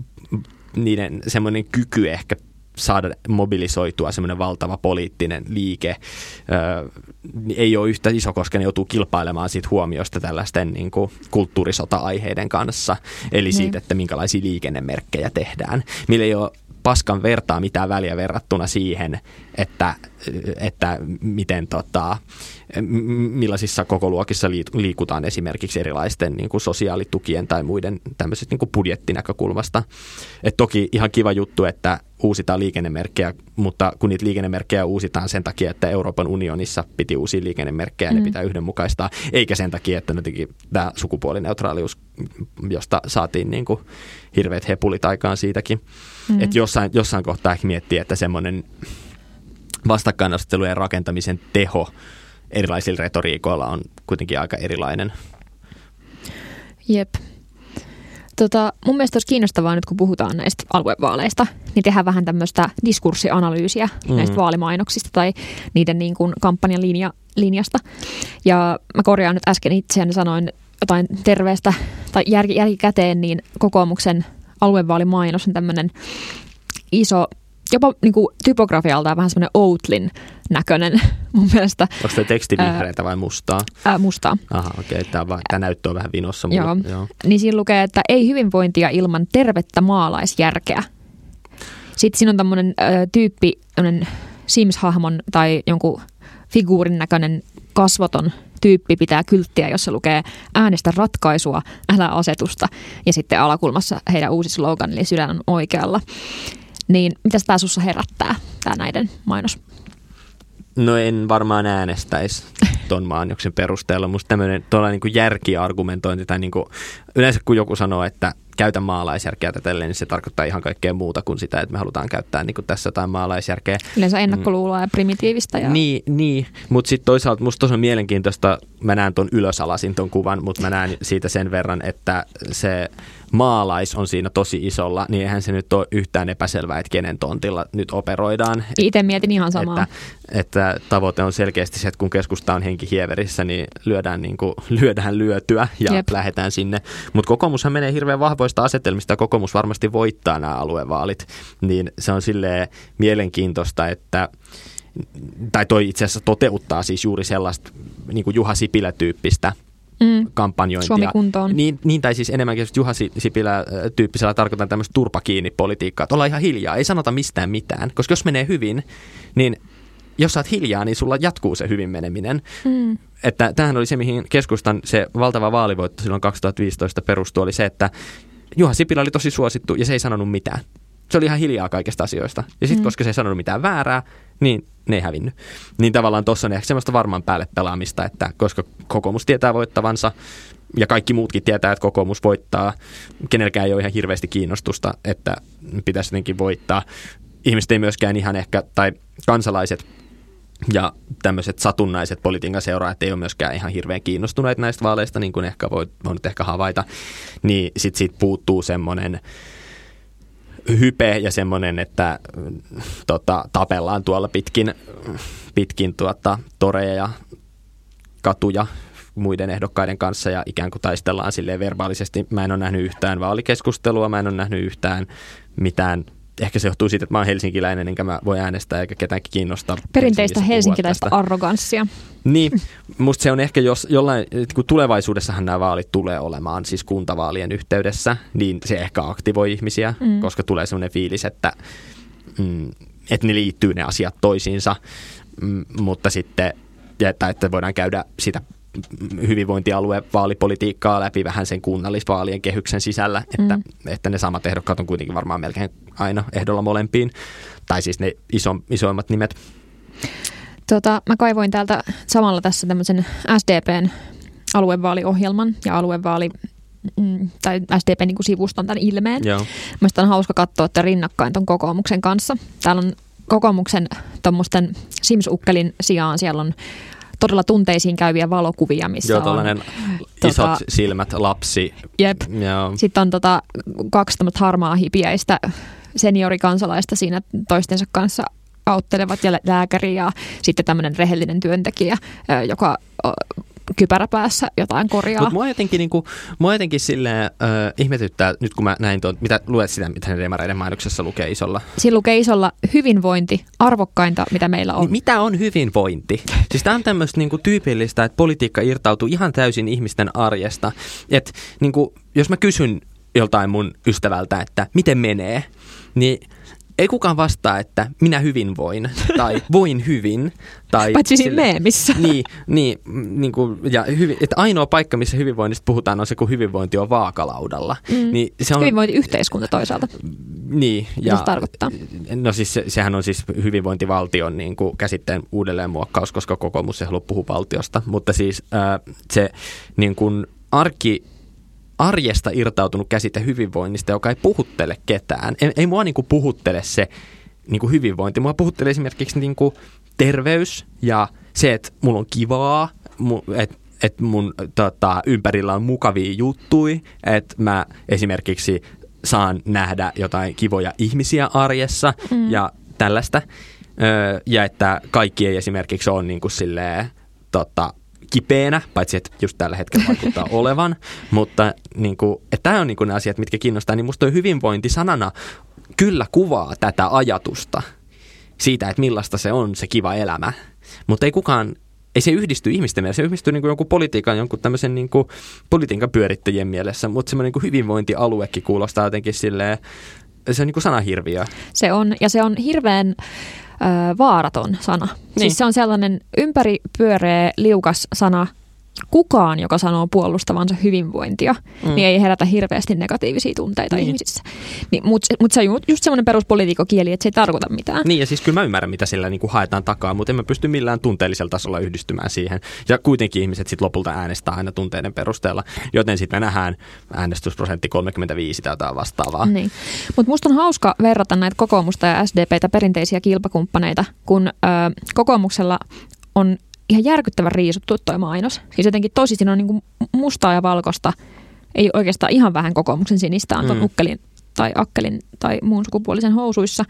B: niiden semmoinen kyky ehkä saada mobilisoitua semmoinen valtava poliittinen liike öö, ei ole yhtä iso, koska ne joutuu kilpailemaan siitä huomiosta tällaisten niin kuin kulttuurisota-aiheiden kanssa, eli siitä, että minkälaisia liikennemerkkejä tehdään, millä ei ole paskan vertaa mitään väliä verrattuna siihen, että, että miten tota, millaisissa kokoluokissa liikutaan esimerkiksi erilaisten niin kuin sosiaalitukien tai muiden tämmöisestä niin kuin budjettinäkökulmasta. Et toki ihan kiva juttu, että uusitaan liikennemerkkejä, mutta kun niitä liikennemerkkejä uusitaan sen takia, että Euroopan unionissa piti uusia liikennemerkkejä, mm. ne pitää yhdenmukaistaa, eikä sen takia, että jotenkin tämä sukupuolineutraalius, josta saatiin niin kuin hirveät hepulit aikaan siitäkin. Mm. Että jossain, jossain kohtaa ehkä miettii, että semmoinen vastakkainasettelujen rakentamisen teho erilaisilla retoriikoilla on kuitenkin aika erilainen.
A: Jep. Tota, mun mielestä olisi kiinnostavaa nyt, kun puhutaan näistä aluevaaleista, niin tehdään vähän tämmöistä diskurssianalyysiä mm-hmm. näistä vaalimainoksista tai niiden niin kuin kampanjan linja, linjasta. Ja mä korjaan nyt äsken itseäni, sanoin jotain terveestä tai järki, järkikäteen, niin kokoomuksen aluevaalimainos on tämmöinen iso, jopa niin kuin typografialtaan vähän semmoinen Outlin näköinen mun mielestä.
B: Onko tämä teksti vihreätä vai mustaa?
A: Ää, mustaa.
B: Aha, okei. Okay. Tämä, tämä näyttö on vähän vinossa.
A: Joo. Joo. Niin siinä lukee, että ei hyvinvointia ilman tervettä maalaisjärkeä. Sitten siinä on tämmöinen ö, tyyppi, tämmöinen Sims-hahmon tai jonkun figuurin näköinen kasvoton tyyppi pitää kylttiä, jossa lukee äänestä ratkaisua, älä asetusta. Ja sitten alakulmassa heidän uusi slogan, eli sydän on oikealla. Niin mitäs tämä sussa herättää, tämä näiden mainos?
B: No en varmaan äänestäisi ton mainoksen perusteella. Musta tämmöinen tuolla niin kuin järkiargumentointi tai niin kuin, yleensä kun joku sanoo, että käytä maalaisjärkeä tätelle, niin se tarkoittaa ihan kaikkea muuta kuin sitä, että me halutaan käyttää niin kuin tässä jotain maalaisjärkeä.
A: Yleensä ennakkoluuloa ja primitiivistä. Ja...
B: Niin, niin. Mutta sitten toisaalta musta tosi on mielenkiintoista, mä näen ton ylösalasin ton kuvan, mutta mä näen siitä sen verran, että se maalais on siinä tosi isolla, niin eihän se nyt ole yhtään epäselvää, että kenen tontilla nyt operoidaan.
A: Itse mietin ihan samaa.
B: Että, että tavoite on selkeästi se, että kun keskusta on henkihieverissä, niin lyödään, niin kuin, lyödään lyötyä ja Jep. lähdetään sinne. Mutta kokoomushan menee hirveän vahvoista asetelmista ja kokoomus varmasti voittaa nämä aluevaalit. Niin se on silleen mielenkiintoista, että tai toi itse asiassa toteuttaa siis juuri sellaista niin kuin Juha Sipilä-tyyppistä Mm. kampanjointia.
A: Suomi kuntoon.
B: Niin, niin, tai siis enemmänkin Juha Sipilä-tyyppisellä tarkoitan tämmöistä turpa kiinni politiikkaa, että ollaan ihan hiljaa, ei sanota mistään mitään, koska jos menee hyvin, niin jos sä oot hiljaa, niin sulla jatkuu se hyvin meneminen. Mm. Että tämähän oli se, mihin keskustan se valtava vaalivoitto silloin kaksituhattaviisitoista perustui, oli se, että Juha Sipilä oli tosi suosittu ja se ei sanonut mitään. Se oli ihan hiljaa kaikista asioista. Ja sitten, mm. koska se ei sanonut mitään väärää, niin ne ei hävinnyt. Niin tavallaan tuossa on ehkä semmoista varmaan päälle pelaamista, että koska kokoomus tietää voittavansa ja kaikki muutkin tietää, että kokoomus voittaa, kenelläkään ei ole ihan hirveästi kiinnostusta, että pitäisi jotenkin voittaa. Ihmiset ei myöskään ihan ehkä, tai kansalaiset ja tämmöiset satunnaiset politiikan seuraajat ei ole myöskään ihan hirveän kiinnostuneet näistä vaaleista, niin kuin ehkä voi, voi nyt ehkä havaita, niin sitten siitä puuttuu semmoinen hype ja semmoinen, että tota, tapellaan tuolla pitkin, pitkin tuota, toreja ja katuja muiden ehdokkaiden kanssa ja ikään kuin taistellaan silleen verbaalisesti. Mä en ole nähnyt yhtään vaalikeskustelua, mä en ole nähnyt yhtään mitään. Ehkä se johtuu siitä, että mä oon helsinkiläinen, enkä mä voi äänestää eikä ketäänkin kiinnostaa.
A: Perinteistä helsinkiläistä arroganssia.
B: Niin, musta se on ehkä jos, jollain, kun tulevaisuudessahan nämä vaalit tulee olemaan, siis kuntavaalien yhteydessä, niin se ehkä aktivoi ihmisiä, mm. koska tulee semmoinen fiilis, että, mm, että ne liittyy ne asiat toisiinsa, mm, mutta sitten, että, että voidaan käydä sitä hyvinvointialueen vaalipolitiikkaa läpi vähän sen kunnallisvaalien kehyksen sisällä, että, mm. että ne samat ehdokkaat on kuitenkin varmaan melkein aina ehdolla molempiin, tai siis ne iso, isoimmat nimet.
A: Tota, mä kaivoin täältä samalla tässä tämmöisen S D P:n aluevaaliohjelman ja aluevaali, mm, tai S D P:n niin kuin sivuston tämän ilmeen. Joo. Mielestäni on hauska katsoa, että rinnakkain ton kokoomuksen kanssa. Täällä on kokoomuksen tommosten Sims-ukkelin sijaan siellä on todella tunteisiin käyviä valokuvia, missä
B: Joo, on isot tota, silmät, lapsi.
A: Jep. Joo. Sitten on tota, kaksi tämmöistä harmaa hipiäistä seniorikansalaista siinä toistensa kanssa auttelevat ja lääkäri ja sitten tämmöinen rehellinen työntekijä, joka kypärä päässä jotain korjaa.
B: Mutta mua jotenkin, niinku, mua jotenkin silleen, äh, ihmetyttää, nyt kun mä näin tuon, mitä luet sitä, mitä ne demareiden mainoksessa lukee isolla?
A: Siinä lukee isolla hyvinvointi, arvokkainta, mitä meillä on.
B: Niin, mitä on hyvinvointi? Siis tämä on tämmöistä niinku tyypillistä, että politiikka irtautuu ihan täysin ihmisten arjesta. Että niinku, jos mä kysyn joltain mun ystävältä, että miten menee, niin ei kukaan vastaa, että minä hyvin voin tai voin hyvin. Tai
A: paitsi siinä meemissä.
B: Niin, niin, niin kuin, ja hyvin, että ainoa paikka, missä hyvinvoinnista puhutaan, on se, kun hyvinvointi on vaakalaudalla.
A: Mm.
B: Niin se on,
A: hyvinvointiyhteiskunta toisaalta.
B: Niin.
A: Mitä se tarkoittaa?
B: No siis se, sehän on siis hyvinvointivaltion niin kuin käsitteen uudelleenmuokkaus, koska kokoomus ei halua puhua valtiosta. Mutta siis äh, se niin kuin arki... arjesta irtautunut käsite hyvinvoinnista, joka ei puhuttele ketään. Ei, ei mua niinku puhuttele se niinku hyvinvointi. Mua puhuttelee esimerkiksi niinku terveys ja se, että mulla on kivaa, että et mun tota, ympärillä on mukavia juttuja, että mä esimerkiksi saan nähdä jotain kivoja ihmisiä arjessa mm. ja tällaista. Öö, ja että kaikki ei esimerkiksi ole niinku silleen tota, kipeänä, paitsi että just tällä hetkellä vaikuttaa olevan, mutta niin kuin, että tämä on niin kuin ne asiat, mitkä kiinnostaa, niin musta toi hyvinvointi sanana kyllä kuvaa tätä ajatusta siitä, että millaista se on se kiva elämä, mutta ei kukaan, ei se yhdisty ihmisten mielessä, se yhdistyy niin kuin jonkun politiikan, jonkun tämmöisen niin kuin politiikan pyörittäjien mielessä, mutta semmoinen niin kuin hyvinvointialuekin kuulostaa jotenkin silleen, se on niin kuin sanahirviö.
A: Se on, ja se on hirveän vaaraton sana. Niin. Siis se on sellainen ympäripyöreä, liukas sana, kukaan, joka sanoo puolustavansa hyvinvointia, mm. niin ei herätä hirveästi negatiivisia tunteita niin. ihmisissä. Niin, mutta mut se on just semmoinen peruspoliitikkokieli, että se ei tarkoita mitään.
B: Niin, ja siis kyllä mä ymmärrän, mitä sillä niin kuin haetaan takaa, mutta en mä pysty millään tunteellisella tasolla yhdistymään siihen. Ja kuitenkin ihmiset sitten lopulta äänestää aina tunteiden perusteella, joten sitten me nähdään äänestysprosentti kolmekymmentäviisi tai jotain vastaavaa. Niin.
A: Mutta musta on hauska verrata näitä kokoomusta ja S D P:tä perinteisiä kilpakumppaneita, kun ö, kokoomuksella on ihan järkyttävän riisuttu toi mainos. Siis jotenkin tosi siinä on niinku mustaa ja valkoista. Ei oikeastaan ihan vähän kokoomuksen sinistä on ton mm. ukkelin tai akkelin tai muun sukupuolisen housuissa.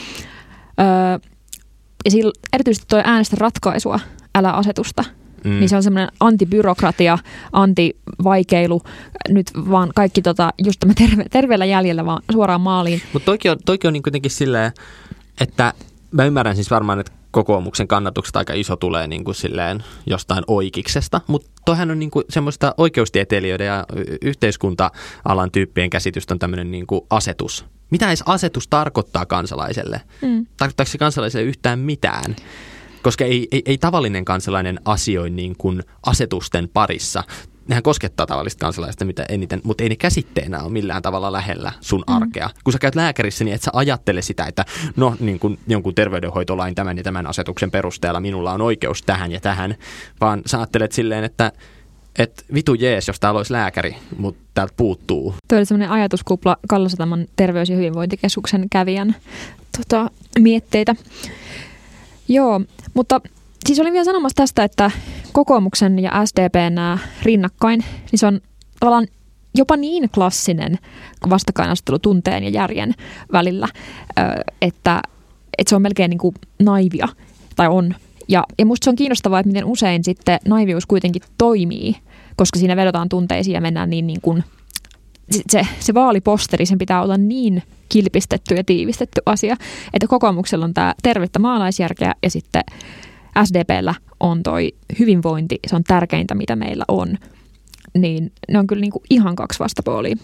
A: Öö, ja sillä, erityisesti toi äänestä ratkaisua, älä asetusta. Mm. Niin se on semmoinen antibyrokratia, antivaikeilu, nyt vaan kaikki tota, just tämä terve, terveellä jäljellä vaan suoraan maaliin.
B: Mutta toikin on, toikin on niin kuitenkin silleen, että mä ymmärrän siis varmaan, että kokoomuksen kannatukset aika iso tulee niin kuin silleen jostain oikeiksesta, mutta toihan on niin kuin semmoista oikeustieteilijöiden ja yhteiskunta-alan tyyppien käsitystä on tämmöinen niin kuin asetus. Mitä edes asetus tarkoittaa kansalaiselle? Mm. Tarkoittaako se kansalaiselle yhtään mitään? Koska ei, ei, ei tavallinen kansalainen asioi niin kuin asetusten parissa. Nehän koskettaa tavallista kansalaista mitä eniten, mutta ei ne käsitteenä ole millään tavalla lähellä sun arkea. Mm. Kun sä käyt lääkärissä, niin et sä ajattele sitä, että no niin kuin jonkun terveydenhoitolain tämän ja tämän asetuksen perusteella minulla on oikeus tähän ja tähän, vaan sä ajattelet silleen, että et vitu jees, jos täällä olisi lääkäri, mutta täältä puuttuu.
A: Tuo oli semmoinen ajatuskupla Kallasataman terveys- ja hyvinvointikeskuksen kävijän tota, mietteitä. Joo, mutta siis olin vielä sanomassa tästä, että kokoomuksen ja S D P:n nämä rinnakkain, niin se on tavallaan jopa niin klassinen vastakkainasettelu tunteen ja järjen välillä, että, että se on melkein niin kuin naivia, tai on. Ja, ja musta se on kiinnostavaa, että miten usein sitten naivius kuitenkin toimii, koska siinä vedotaan tunteisiin ja mennään niin, niin kuin, se, se vaaliposteri, sen pitää olla niin kilpistetty ja tiivistetty asia, että kokoomuksella on tämä tervettä maalaisjärkeä ja sitten S D P:llä on toi hyvinvointi, se on tärkeintä, mitä meillä on. Niin ne on kyllä niinku ihan kaksi vastapuolia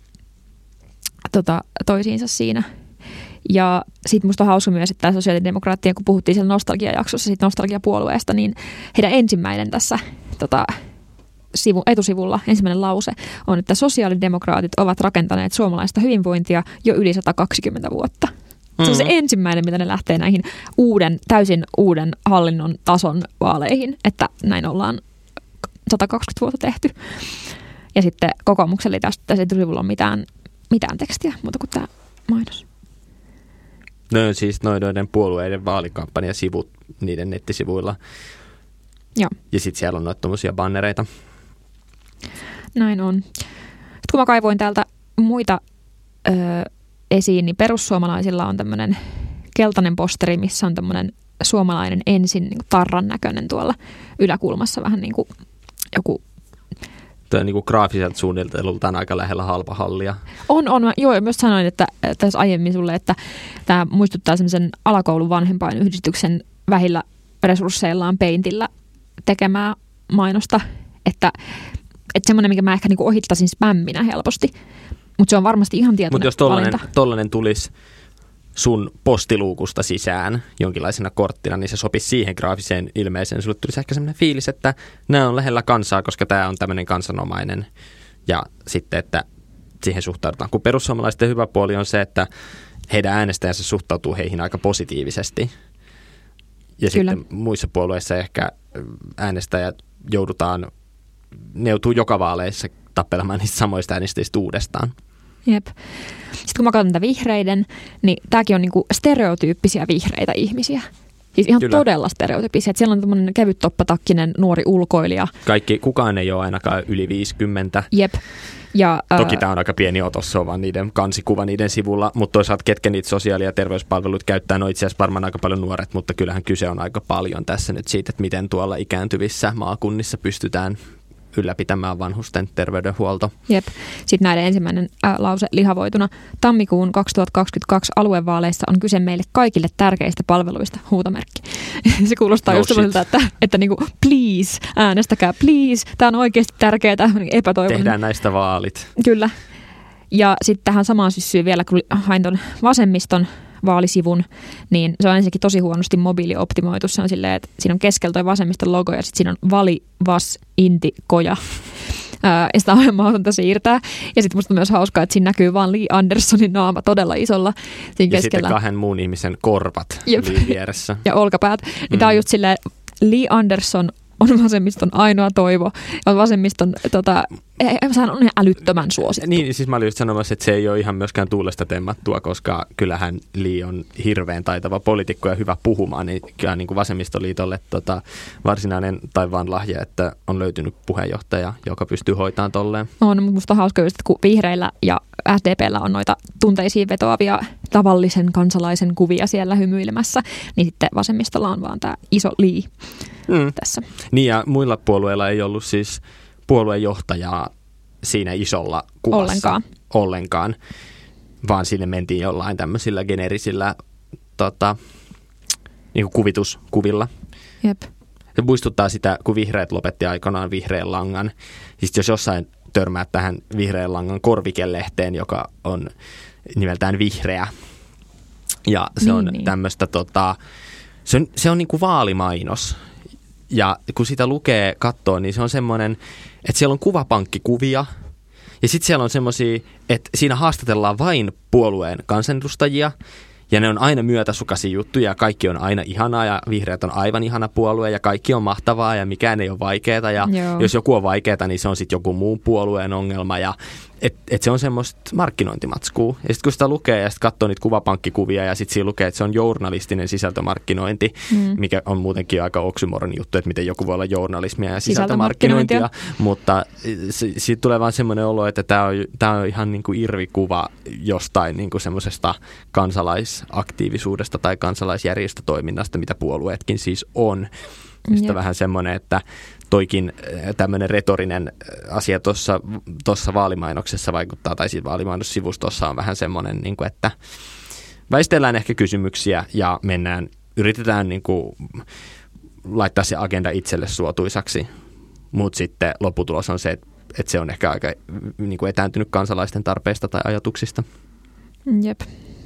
A: tota, toisiinsa siinä. Ja sitten musta on hauska myös, että tämä sosiaalidemokraattien, kun puhuttiin siellä nostalgiajaksossa siitä nostalgiapuolueesta, niin heidän ensimmäinen tässä tota, sivu, etusivulla, ensimmäinen lause on, että sosiaalidemokraatit ovat rakentaneet suomalaista hyvinvointia jo yli sata kaksikymmentä vuotta. Se on se ensimmäinen, mitä ne lähtee näihin uuden, täysin uuden hallinnon tason vaaleihin, että näin ollaan sata kaksikymmentä vuotta tehty. Ja sitten kokoomuksella ei tässä etusivulla ole mitään, mitään tekstiä, muuta kuin tämä mainos.
B: No siis noiden puolueiden vaalikampanjasivut niiden nettisivuilla.
A: Joo.
B: Ja sitten siellä on noita tommosia bannereita.
A: Näin on. Sitten kun mä kaivoin täältä muita öö, esiin, niin perussuomalaisilla on tämmöinen keltainen posteri, missä on tämmöinen suomalainen ensin niin kuin tarran näköinen tuolla yläkulmassa, vähän niin kuin joku.
B: Tuo on niin kuin graafiselta suunnitelultaan aika lähellä halpahallia.
A: On, on. Joo, myös sanoin, että tässä aiemmin sulle, että tämä muistuttaa semmoisen alakoulun vanhempainyhdistyksen vähillä resursseillaan peintillä tekemää mainosta, että, että semmoinen, mikä mä ehkä niin kuin ohittaisin spämminä helposti. Mutta se on varmasti ihan tietoinen
B: Mutta jos tollainen, tollainen tulisi sun postiluukusta sisään jonkinlaisena korttina, niin se sopisi siihen graafiseen ilmeeseen. Sulle tulisi ehkä sellainen fiilis, että nämä on lähellä kansaa, koska tämä on tämmöinen kansanomainen. Ja sitten, että siihen suhtaudutaan. Kun perussuomalaisten hyvä puoli on se, että heidän äänestäjänsä suhtautuu heihin aika positiivisesti. Ja Kyllä. sitten muissa puolueissa ehkä äänestäjät joudutaan, ne joutuu joka vaaleissa tappelemaan niistä samoista äänestäjistä uudestaan.
A: Jep. Sitten kun mä katson tätä vihreiden, niin tämäkin on niinku stereotyyppisiä vihreitä ihmisiä. Siis ihan Kyllä. todella stereotyyppisiä. Että siellä on tämmöinen kevyt toppatakkinen nuori ulkoilija. Kaikki,
B: kukaan ei ole ainakaan yli viisikymmentä.
A: Jep. Ja,
B: Toki tämä on aika pieni otos, se on vaan niiden kansikuva niiden sivulla, mutta toisaalta ketkä niitä sosiaali- ja terveyspalveluita käyttää, no itse asiassa varmaan aika paljon nuoret, mutta kyllähän kyse on aika paljon tässä nyt siitä, että miten tuolla ikääntyvissä maakunnissa pystytään ylläpitämään vanhusten terveydenhuolto.
A: Jep. Sitten näiden ensimmäinen ää, lause lihavoituna. Tammikuun kaksituhattakaksikymmentäkaksi aluevaaleissa on kyse meille kaikille tärkeistä palveluista, huutomerkki. Se kuulostaa no just sellaiselta, että, että niinku, please, äänestäkää, please. Tämä on oikeasti tärkeää, epätoivoinen.
B: Tehdään näistä vaalit.
A: Kyllä. Ja sitten tähän samaan syssyyn vielä, kun hain ton vasemmiston, vaalisivun, niin se on ensinnäkin tosi huonosti mobiilioptimoitu. Se on silleen, että siinä on keskellä toi vasemmiston logo ja sitten siinä on vali, vas, inti, koja. Ja sitä on aivan mahdotonta siirtää. Ja sitten musta on myös hauskaa, että siinä näkyy vaan Lee Andersonin naama todella isolla siinä
B: ja
A: keskellä.
B: sitten kahden muun ihmisen korvat Lee vieressä.
A: Ja olkapäät. Niin mm. Tämä on just silleen, Lee Anderson on vasemmiston ainoa toivo. Ja vasemmiston, tota, sehän on ihan älyttömän suosittu.
B: Niin, siis mä olin just sanomassa, että se ei ole ihan myöskään tuulesta temmattua, koska kyllähän Lee on hirveän taitava poliitikko ja hyvä puhumaan, niin kyllä niin kuin vasemmistoliitolle tota, varsinainen taivaan lahja, että on löytynyt puheenjohtaja, joka pystyy hoitamaan tolleen.
A: On, mutta musta on hauska just, että kun vihreillä ja S D P:llä on noita tunteisiin vetoavia tavallisen kansalaisen kuvia siellä hymyilemässä, niin sitten vasemmistolla on vaan tämä iso Lee mm. tässä.
B: Niin ja muilla puolueilla ei ollut siis puoluejohtajaa siinä isolla kuvassa
A: ollenkaan,
B: ollenkaan vaan sinne mentiin jollain tämmöisillä generisillä tota, niin kuin kuvituskuvilla.
A: Jep.
B: Se muistuttaa sitä, kun vihreät lopetti aikanaan vihreän langan. Siis jos jossain törmää tähän vihreän langan korvikelehteen, joka on nimeltään Vihreä. Ja se niin, on niin. tämmöistä, tota, se on, se on niin kuin vaalimainos. Ja kun sitä lukee, katsoo, niin se on semmoinen, että siellä on kuvapankkikuvia. Ja sitten siellä on semmoisia, että siinä haastatellaan vain puolueen kansanedustajia. Ja ne on aina myötäsukaisia juttuja ja kaikki on aina ihanaa ja vihreät on aivan ihana puolue ja kaikki on mahtavaa ja mikään ei ole vaikeaa. Ja Joo. jos joku on vaikeaa, niin se on sitten joku muun puolueen ongelma. Ja et, et se on semmoista markkinointimatskua. Ja sitten kun sitä lukee ja sitten katsoo niitä kuvapankkikuvia ja sitten siinä lukee, että se on journalistinen sisältömarkkinointi, mm. mikä on muutenkin aika oksymoron juttu, että miten joku voi olla journalismia ja sisältömarkkinointia. Mutta siitä tulee vaan semmoinen olo, että tämä on, tää on ihan niin kuin irvikuva jostain niin kuin semmoisesta kansalaisaktiivisuudesta tai kansalaisjärjestötoiminnasta, mitä puolueetkin siis on. Sitten yep. vähän semmoinen, että toikin tämmöinen retorinen asia tuossa, tuossa vaalimainoksessa vaikuttaa, tai siis vaalimainossivustossa on vähän semmoinen, niin kuin, että väistellään ehkä kysymyksiä ja mennään, yritetään niin kuin laittaa se agenda itselle suotuisaksi, mutta sitten lopputulos on se, että, että se on ehkä aika niin kuin etääntynyt kansalaisten tarpeista tai ajatuksista.
A: Jep.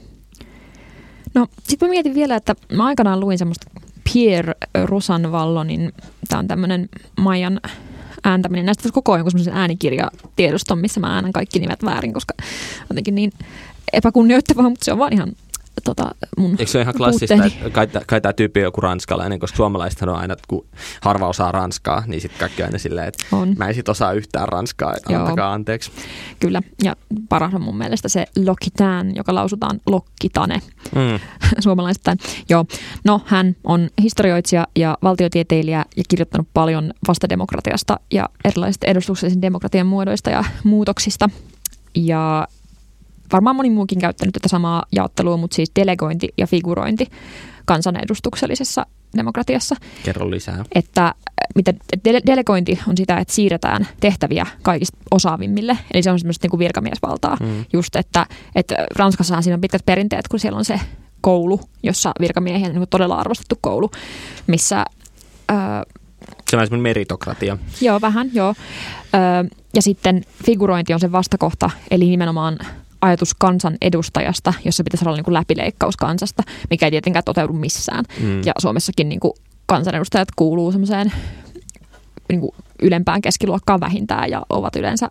A: No sitten mä mietin vielä, että mä aikanaan luin semmoista Pierre Rosanvallonin, tämä on tämmöinen Maijan ääntäminen. Näistä voisi koko ajan semmoisen äänikirjatiedoston, missä mä äänän kaikki nimet väärin, koska jotenkin niin epäkunnioittavaa, mutta se on vaan ihan tota, mun
B: Eikö se ole ihan klassista, että kai, kai tämä tyyppi on joku ranskalainen, koska suomalaisethan on aina, kun harva osaa ranskaa, niin sitten kaikki aina silleen, että on. Mä en sit osaa yhtään ranskaa, että antakaa anteeksi.
A: Kyllä, ja paras on mun mielestä se L'Occitane, joka lausutaan Lokkitane mm. suomalaisittain. Joo, no hän on historioitsija ja valtiotieteilijä ja kirjoittanut paljon vastademokratiasta ja erilaisista edustuksellisen demokratian muodoista ja muutoksista. Ja varmaan moni muukin käyttänyt tätä samaa jaottelua, mutta siis delegointi ja figurointi kansanedustuksellisessa demokratiassa.
B: Kerro lisää.
A: Että mitä dele- delegointi on sitä, että siirretään tehtäviä kaikista osaavimmille. Eli se on semmoista niin kuin virkamiesvaltaa. Mm. Just, että, että Ranskassahan siinä on pitkät perinteet, kun siellä on se koulu, jossa virkamiehiä on niin kuin todella arvostettu koulu, missä Ää,
B: se on semmoinen meritokratia.
A: Joo, vähän, joo. Ö, ja sitten figurointi on se vastakohta, eli nimenomaan ajatus kansan edustajasta, jossa pitäisi olla niin kuin läpileikkaus kansasta, mikä ei tietenkään toteudu missään. Mm. Ja Suomessakin niin kuin kansanedustajat kuuluu semmoiseen niin kuin ylempään keskiluokkaan vähintään ja ovat yleensä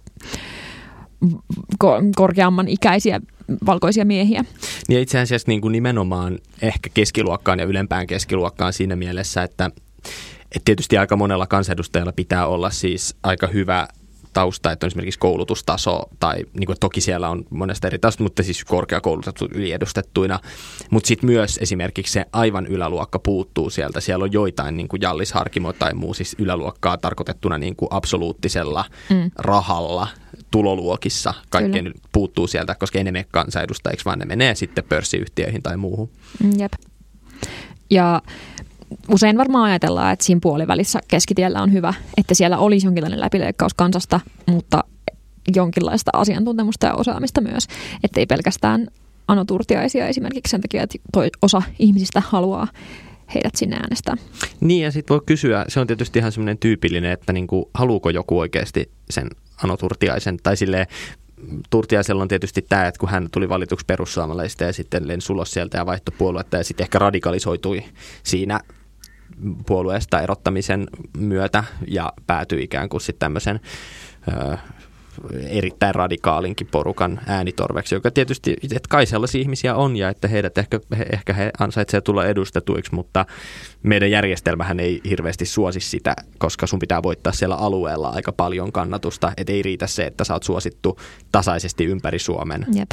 A: ko- korkeamman ikäisiä valkoisia miehiä.
B: Ja itse asiassa niin kuin nimenomaan ehkä keskiluokkaan ja ylempään keskiluokkaan siinä mielessä, että Et tietysti aika monella kansanedustajalla pitää olla siis aika hyvä tausta, että on esimerkiksi koulutustaso, tai niin kuin, toki siellä on monesta eri tasosta, mutta siis korkeakoulutettu yliedustettuina. Mutta sitten myös esimerkiksi se aivan yläluokka puuttuu sieltä. Siellä on joitain niin kuin Jallis Harkimo tai muu siis yläluokkaa tarkoitettuna niin kuin absoluuttisella mm. rahalla tuloluokissa. Kaikkeen Kyllä. puuttuu sieltä, koska ei ne mene kansanedustajiksi, vaan ne menee sitten pörssiyhtiöihin tai muuhun.
A: Jep. Ja usein varmaan ajatellaan, että siinä puolivälissä keskitiellä on hyvä, että siellä olisi jonkinlainen läpileikkaus kansasta, mutta jonkinlaista asiantuntemusta ja osaamista myös. Että ei pelkästään Ano Turtiaisia esimerkiksi sen takia, että toi osa ihmisistä haluaa heidät sinne äänestää.
B: Niin ja sitten voi kysyä, se on tietysti ihan semmoinen tyypillinen, että niinku, haluuko joku oikeasti sen Ano Turtiaisen tai silleen, Turtiaisella on tietysti tämä, että kun hän tuli valituksi perussuomalaisista ja sitten lensi ulos sieltä ja vaihtoi puoluetta ja sitten ehkä radikalisoitui siinä puolueesta erottamisen myötä ja päätyi ikään kuin sitten tämmöisen ö, erittäin radikaalinkin porukan äänitorveksi, joka tietysti, että kai sellaisia ihmisiä on ja että heidät ehkä, he, ehkä he ansaitsevat tulla edustetuiksi, mutta meidän järjestelmähän ei hirveästi suosi sitä, koska sun pitää voittaa siellä alueella aika paljon kannatusta, et ei riitä se, että sä oot suosittu tasaisesti ympäri Suomen.
A: Jep.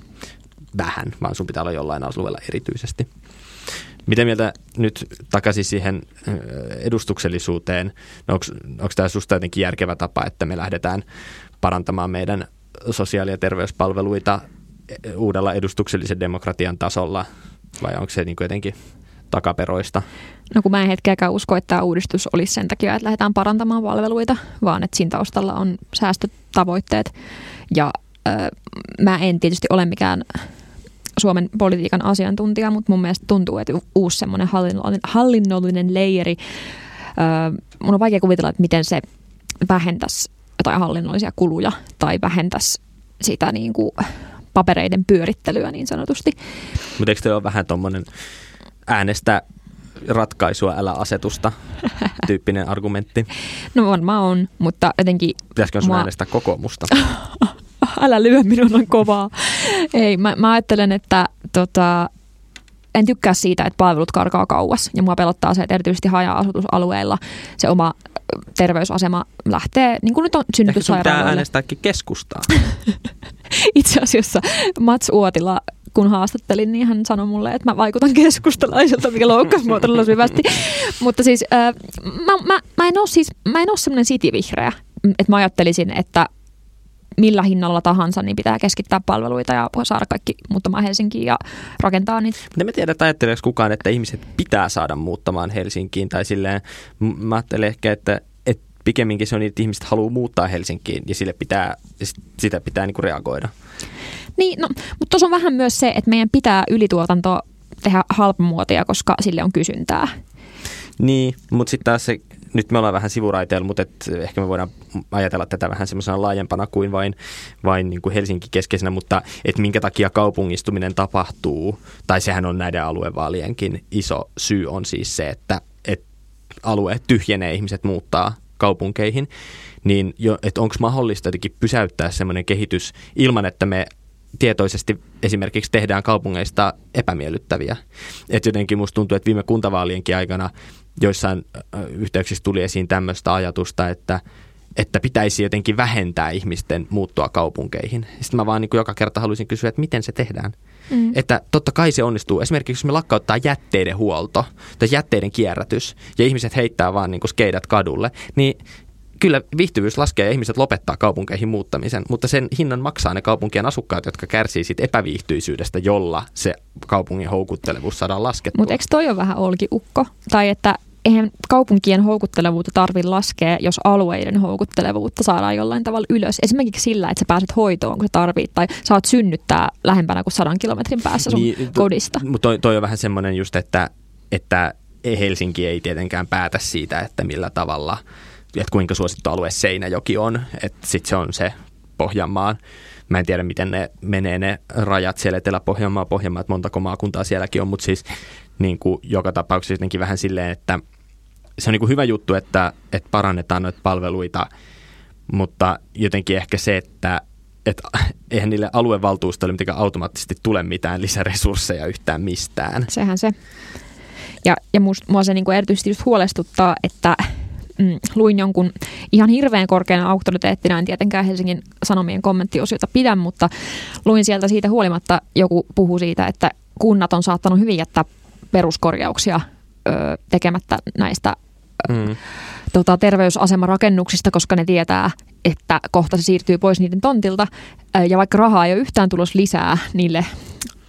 B: Vähän, vaan sun pitää olla jollain alueella erityisesti. Miten mieltä nyt takaisin siihen edustuksellisuuteen, no onko tämä susta jotenkin järkevä tapa, että me lähdetään parantamaan meidän sosiaali- ja terveyspalveluita uudella edustuksellisen demokratian tasolla, vai onko se niin kuin jotenkin takaperoista?
A: No kun mä en hetkeäkään usko, että tämä uudistus olisi sen takia, että lähdetään parantamaan palveluita, vaan että siinä taustalla on säästötavoitteet. Ja äh, mä en tietysti ole mikään Suomen politiikan asiantuntija, mutta mun mielestä tuntuu, että uusi semmoinen hallinnollinen, hallinnollinen leijeri, äh, mun on vaikea kuvitella, että miten se vähentäisi jotain hallinnollisia kuluja tai vähentäisi sitä niin kuin papereiden pyörittelyä niin sanotusti.
B: Mutta eikö teillä ole vähän tuommoinen äänestä ratkaisua, älä asetusta tyyppinen argumentti?
A: No varmaan on, mutta jotenkin...
B: Pitäisikö sun
A: mua...
B: äänestää kokoomusta?
A: Älä lyö minun on kovaa. Ei, mä, mä ajattelen, että tota, en tykkää siitä, että palvelut karkaa kauas. Ja mua pelottaa se, että erityisesti haja-asutusalueilla se oma terveysasema lähtee, niin kuin nyt on synnytyssairaaloille.
B: Ehkä sun pitää äänestääkin keskustaa.
A: Itse asiassa Mats Uotila, kun haastattelin, niin hän sanoi mulle, että mä vaikutan keskustalaiselta, mikä loukkasi mua todella syvästi. Mutta siis äh, mä, mä, mä en ole siis, mä en ole semmoinen cityvihreä, että mä ajattelisin, että millä hinnalla tahansa niin pitää keskittää palveluita ja saada kaikki muuttamaan Helsinkiin ja rakentaa niitä.
B: Mutta en mä tiedä, että ajatteleeko kukaan, että ihmiset pitää saada muuttamaan Helsinkiin. Tai silleen, mä ajattelen ehkä, että, että pikemminkin se on niin, että ihmiset haluaa muuttaa Helsinkiin ja sille pitää, sitä pitää niinku reagoida. Niin, no, mutta tuossa on vähän myös se, että meidän pitää ylituotanto tehdä halpamuotia, koska sille on kysyntää. Niin, mutta sitten taas se, nyt me ollaan vähän sivuraiteilla, mutta et ehkä me voidaan ajatella tätä vähän semmoisena laajempana kuin vain, vain niin kuin Helsinki-keskeisenä, mutta että minkä takia kaupungistuminen tapahtuu, tai sehän on näiden aluevaalienkin iso syy on siis se, että, että alue tyhjenee, ihmiset muuttaa kaupunkeihin, niin että onko mahdollista jotenkin pysäyttää semmoinen kehitys ilman, että me tietoisesti esimerkiksi tehdään kaupungeista epämiellyttäviä. Että jotenkin musta tuntuu, että viime kuntavaalienkin aikana joissain yhteyksissä tuli esiin tämmöistä ajatusta, että, että pitäisi jotenkin vähentää ihmisten muuttua kaupunkeihin. Sitten mä vaan niin kuin joka kerta haluaisin kysyä, että miten se tehdään. Mm. Että totta kai se onnistuu. Esimerkiksi jos me lakkauttaa jätteiden huolto tai jätteiden kierrätys ja ihmiset heittää vaan niin kuin skeidat kadulle, niin kyllä viihtyvyys laskee ja ihmiset lopettaa kaupunkeihin muuttamisen, mutta sen hinnan maksaa ne kaupunkien asukkaat, jotka kärsii siitä epäviihtyisyydestä, jolla se kaupungin houkuttelevuus saadaan laskettua. Mutta eikö toi ole vähän olkiukko? Tai että eihän kaupunkien houkuttelevuutta tarvitse laskea, jos alueiden houkuttelevuutta saadaan jollain tavalla ylös. Esimerkiksi sillä, että sä pääset hoitoon, kun sä tarvit, tai saat synnyttää lähempänä kuin sadan kilometrin päässä sun niin, kodista. Mutta toi, toi on vähän semmoinen just, että, että Helsinki ei tietenkään päätä siitä, että millä tavalla, että kuinka suosittu alue Seinäjoki on, että sitten se on se Pohjanmaan. Mä en tiedä, miten ne menee ne rajat siellä Etelä-Pohjanmaa, Pohjanmaa, että montako maakuntaa sielläkin on, mutta siis niin kuin joka tapauksessa jotenkin vähän silleen, että se on niin kuin hyvä juttu, että, että parannetaan noita palveluita, mutta jotenkin ehkä se, että, että eihän niille aluevaltuustoille mitenkään automaattisesti tule mitään lisäresursseja yhtään mistään. Sehän se. Ja, ja musta, mua se niin kuin erityisesti just huolestuttaa, että mm, luin jonkun ihan hirveän korkeana auktoriteettina, en tietenkään Helsingin Sanomien kommenttiosiota pidä, mutta luin sieltä siitä huolimatta, joku puhuu siitä, että kunnat on saattanut hyvin jättää peruskorjauksia ö, tekemättä näistä mm. tota, terveysasemarakennuksista, koska ne tietää, että kohta se siirtyy pois niiden tontilta. Ja vaikka rahaa ei ole yhtään tulos lisää niille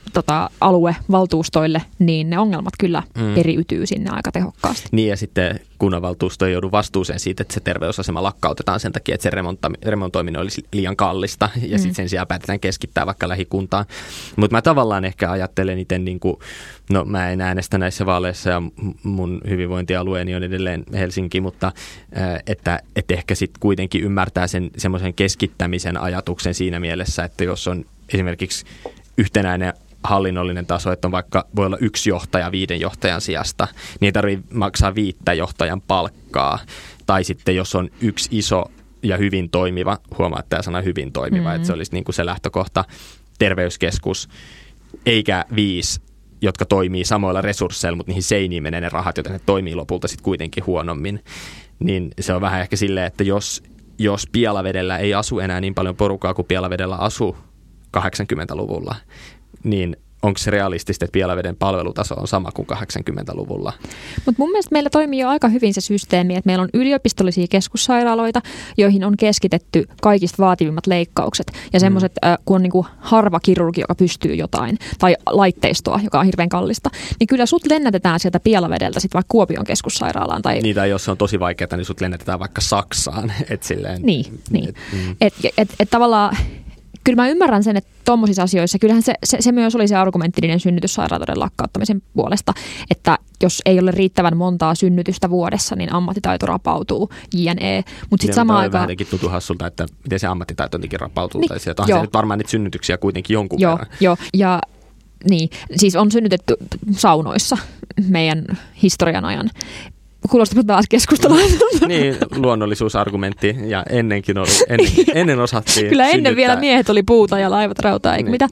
A: tota, aluevaltuustoille, niin ne ongelmat kyllä mm. eriytyy sinne aika tehokkaasti.
B: Niin ja sitten kunnanvaltuusto ei joudu vastuuseen siitä, että se terveysasema lakkautetaan sen takia, että se remontoiminen olisi liian kallista ja mm. sitten sen sijaan päätetään keskittää vaikka lähikuntaan. Mutta mä tavallaan ehkä ajattelen itse, niin kuin, no mä en äänestä näissä vaaleissa ja mun hyvinvointialueeni on edelleen Helsinki, mutta että, että ehkä sitten kuitenkin ymmärtää sen semmoisen keskittämisen ajatuksen siinä mielessä, että jos on esimerkiksi yhtenäinen hallinnollinen taso, että on vaikka voi olla yksi johtaja viiden johtajan sijasta, niin ei tarvitse maksaa viittä johtajan palkkaa. Tai sitten jos on yksi iso ja hyvin toimiva, huomaa, että tämä sana hyvin toimiva, mm-hmm. että se olisi niin kuin se lähtökohta, terveyskeskus, eikä viisi, jotka toimii samoilla resursseilla, mutta niihin seiniin menee ne rahat, joten ne toimii lopulta sitten kuitenkin huonommin. Niin se on vähän ehkä silleen, että jos, jos Pielavedellä ei asu enää niin paljon porukkaa kuin Pielavedellä asui kahdeksankymmentäluvulla, niin onko se realistista, että Pielaveden palvelutaso on sama kuin kahdeksankymmentäluvulla? Mutta
A: mun mielestä meillä toimii jo aika hyvin se systeemi, että meillä on yliopistollisia keskussairaaloita, joihin on keskitetty kaikista vaativimmat leikkaukset. Ja semmoiset, mm. äh, kun on niinku harva kirurgi, joka pystyy jotain, tai laitteistoa, joka on hirveän kallista, niin kyllä sut lennätetään sieltä Pielavedeltä sitten vaikka Kuopion keskussairaalaan. Tai...
B: Niin, tai jos se on tosi vaikeaa, niin sut lennätetään vaikka Saksaan. Et silleen,
A: niin, niin.
B: Et, mm.
A: et, et, et tavallaan... Kyllä mä ymmärrän sen, että tuommoisissa asioissa, kyllähän se, se, se myös oli se argumentti niiden synnytyssairaaloiden lakkauttamisen puolesta, että jos ei ole riittävän montaa synnytystä vuodessa, niin ammattitaito rapautuu, jne. Mutta sitten samaan aikaan...
B: Vähän jotenkin tuntuu hassulta, että miten se ammattitaito jotenkin rapautuu. Niin, tai sieltä onhan se nyt varmaan niitä synnytyksiä kuitenkin jonkun
A: joo,
B: verran.
A: Joo, ja niin, siis on synnytetty saunoissa meidän historian ajan. Kuulostaa taas keskustelua.
B: Niin, luonnollisuusargumentti ja ennenkin ollut, ennen, ennen osattiin
A: Kyllä ennen
B: synnyttää.
A: vielä miehet oli puuta ja laivat rautaa, eikö niin. mitä?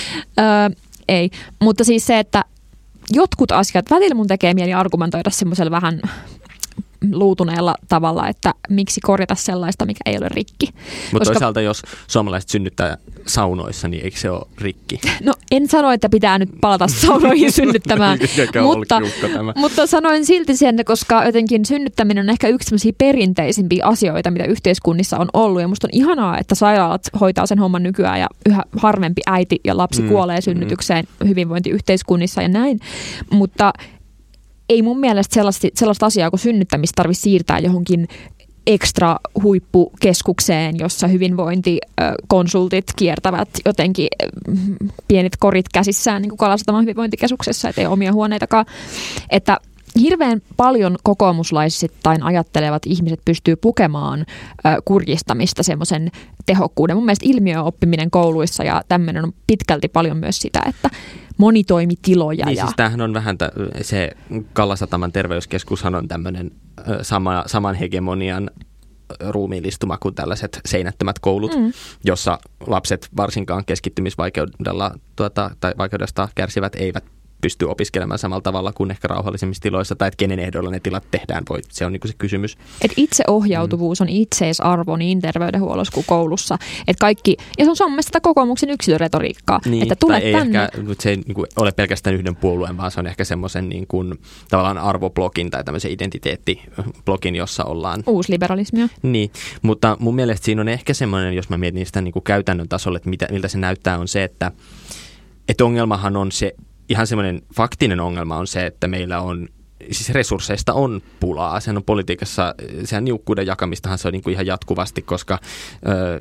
A: Öö, ei, mutta siis se, että jotkut asiat, välillä mun tekee mieli argumentoida semmoisella vähän luutuneella tavalla, että miksi korjata sellaista, mikä ei ole rikki.
B: Mutta Koska... toisaalta, jos suomalaiset synnyttää saunoissa, niin eikö se ole rikki?
A: No en sano, että pitää nyt palata saunoihin synnyttämään, mutta, mutta sanoin silti sen, koska jotenkin synnyttäminen on ehkä yksi sellaisia perinteisimpiä asioita, mitä yhteiskunnissa on ollut. Ja musta on ihanaa, että sairaalat hoitaa sen homman nykyään ja yhä harvempi äiti ja lapsi mm, kuolee synnytykseen mm. hyvinvointiyhteiskunnissa ja näin. Mutta ei mun mielestä sellaista, sellaista asiaa kuin synnyttämistä tarvitse siirtää johonkin ekstra huippukeskukseen, jossa hyvinvointikonsultit kiertävät jotenkin pienet korit käsissään niin kuin Kalasataman hyvinvointikeskuksessa, ettei omia huoneitakaan. Että hirveän paljon kokoomuslaisittain ajattelevat ihmiset pystyy pukemaan ö, kurjistamista semmoisen tehokkuuden. Mun mielestä ilmiöoppiminen kouluissa ja tämmöinen on pitkälti paljon myös sitä, että monitoimitiloja.
B: Niin
A: ja...
B: siis tämähän on vähän t- se Kalasataman terveyskeskushan on tämmöinen sama, saman hegemonian ruumiillistuma kuin tällaiset seinättömät koulut, mm. jossa lapset varsinkaan keskittymisvaikeudella tuota, tai vaikeudesta kärsivät eivät pystyy opiskelemaan samalla tavalla kuin ehkä rauhallisemmissa tiloissa, tai että kenen ehdoilla ne tilat tehdään, voi, se on niin kuin se kysymys.
A: Et itseohjautuvuus mm. on itseisarvo niin terveydenhuollossa kuin koulussa. Et kaikki, ja se on sun mielestä kokoomuksen yksilöretoriikkaa.
B: Niin,
A: että tule
B: tai
A: tänne.
B: ei ehkä, se ei niin kuin ole pelkästään yhden puolueen, vaan se on ehkä semmoisen niin kuin, tavallaan arvoblogin tai tämmöisen identiteettiblogin, jossa ollaan...
A: Uusliberalismia.
B: Niin, mutta mun mielestä siinä on ehkä semmoinen, jos mä mietin sitä niin kuin käytännön tasolle, että mitä, miltä se näyttää, on se, että, että ongelmahan on se, ihan semmoinen faktinen ongelma on se, että meillä on, siis resursseista on pulaa. Sehän on politiikassa, sehän niukkuuden jakamistahan se on niin kuin ihan jatkuvasti, koska öö,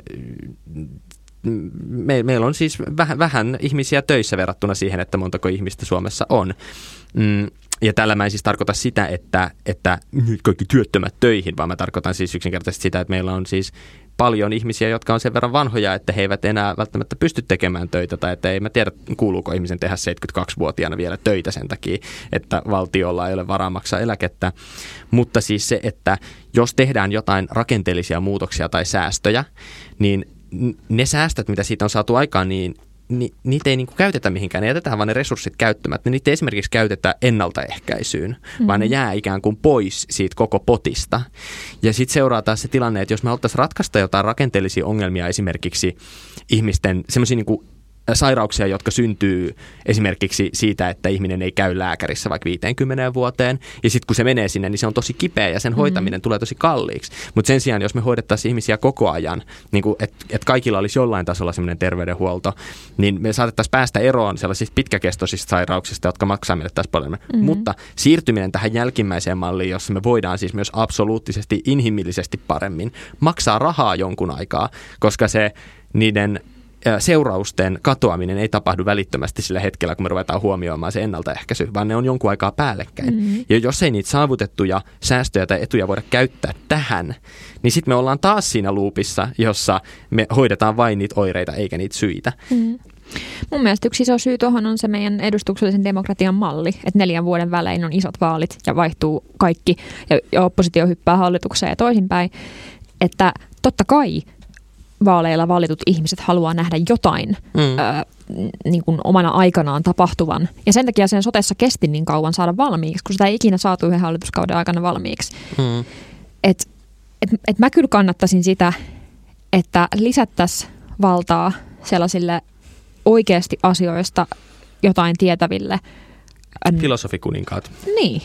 B: me, meillä on siis vähän, vähän ihmisiä töissä verrattuna siihen, että montako ihmistä Suomessa on. Mm, ja tällä mä en siis tarkoita sitä, että, että nyt kaikki työttömät töihin, vaan mä tarkoitan siis yksinkertaisesti sitä, että meillä on siis paljon ihmisiä, jotka on sen verran vanhoja, että he eivät enää välttämättä pysty tekemään töitä, tai että ei mä tiedä, kuuluuko ihmisen tehdä seitsemänkymmentäkaksivuotiaana vielä töitä sen takia, että valtiolla ei ole varaa maksaa eläkettä. Mutta siis se, että jos tehdään jotain rakenteellisia muutoksia tai säästöjä, niin ne säästöt, mitä siitä on saatu aikaan, niin Ni, niitä ei niinku käytetä mihinkään, ne jätetään vaan ne resurssit käyttämättä. Niitä ei esimerkiksi käytetä ennaltaehkäisyyn, mm-hmm. vaan ne jää ikään kuin pois siitä koko potista. Ja sitten seuraa taas se tilanne, että jos me haluttaisiin ratkaista jotain rakenteellisia ongelmia, esimerkiksi ihmisten semmoisia niinku, sairauksia, jotka syntyy esimerkiksi siitä, että ihminen ei käy lääkärissä vaikka viiteenkymmeneen vuoteen. Ja sitten kun se menee sinne, niin se on tosi kipeä ja sen hoitaminen mm. tulee tosi kalliiksi. Mutta sen sijaan, jos me hoidettaisiin ihmisiä koko ajan, niin että et kaikilla olisi jollain tasolla sellainen terveydenhuolto, niin me saatettaisiin päästä eroon sellaisista pitkäkestoisista sairauksista, jotka maksaa meille taas paljon. Mm-hmm. Mutta siirtyminen tähän jälkimmäiseen malliin, jossa me voidaan siis myös absoluuttisesti, inhimillisesti paremmin maksaa rahaa jonkun aikaa, koska se niiden seurausten katoaminen ei tapahdu välittömästi sillä hetkellä, kun me ruvetaan huomioimaan se ennaltaehkäisy, vaan ne on jonkun aikaa päällekkäin. Mm-hmm. Ja jos ei niitä saavutettuja säästöjä tai etuja voida käyttää tähän, niin sitten me ollaan taas siinä loopissa, jossa me hoidetaan vain niitä oireita eikä niitä syitä.
A: Mm-hmm. Mun mielestä yksi iso syy tuohon on se meidän edustuksellisen demokratian malli, että neljän vuoden välein on isot vaalit ja vaihtuu kaikki ja, ja oppositio hyppää hallitukseen ja toisinpäin, että totta kai vaaleilla valitut ihmiset haluaa nähdä jotain mm. ö, niin kuin omana aikanaan tapahtuvan. Ja sen takia sen sotessa kesti niin kauan saada valmiiksi, kun sitä ei ikinä saatu yhden hallituskauden aikana valmiiksi. Mm. Et, et, et mä kyllä kannattaisin sitä, että lisättäisiin valtaa sellaisille oikeasti asioista jotain tietäville.
B: Filosofikuninkaat.
A: Niin.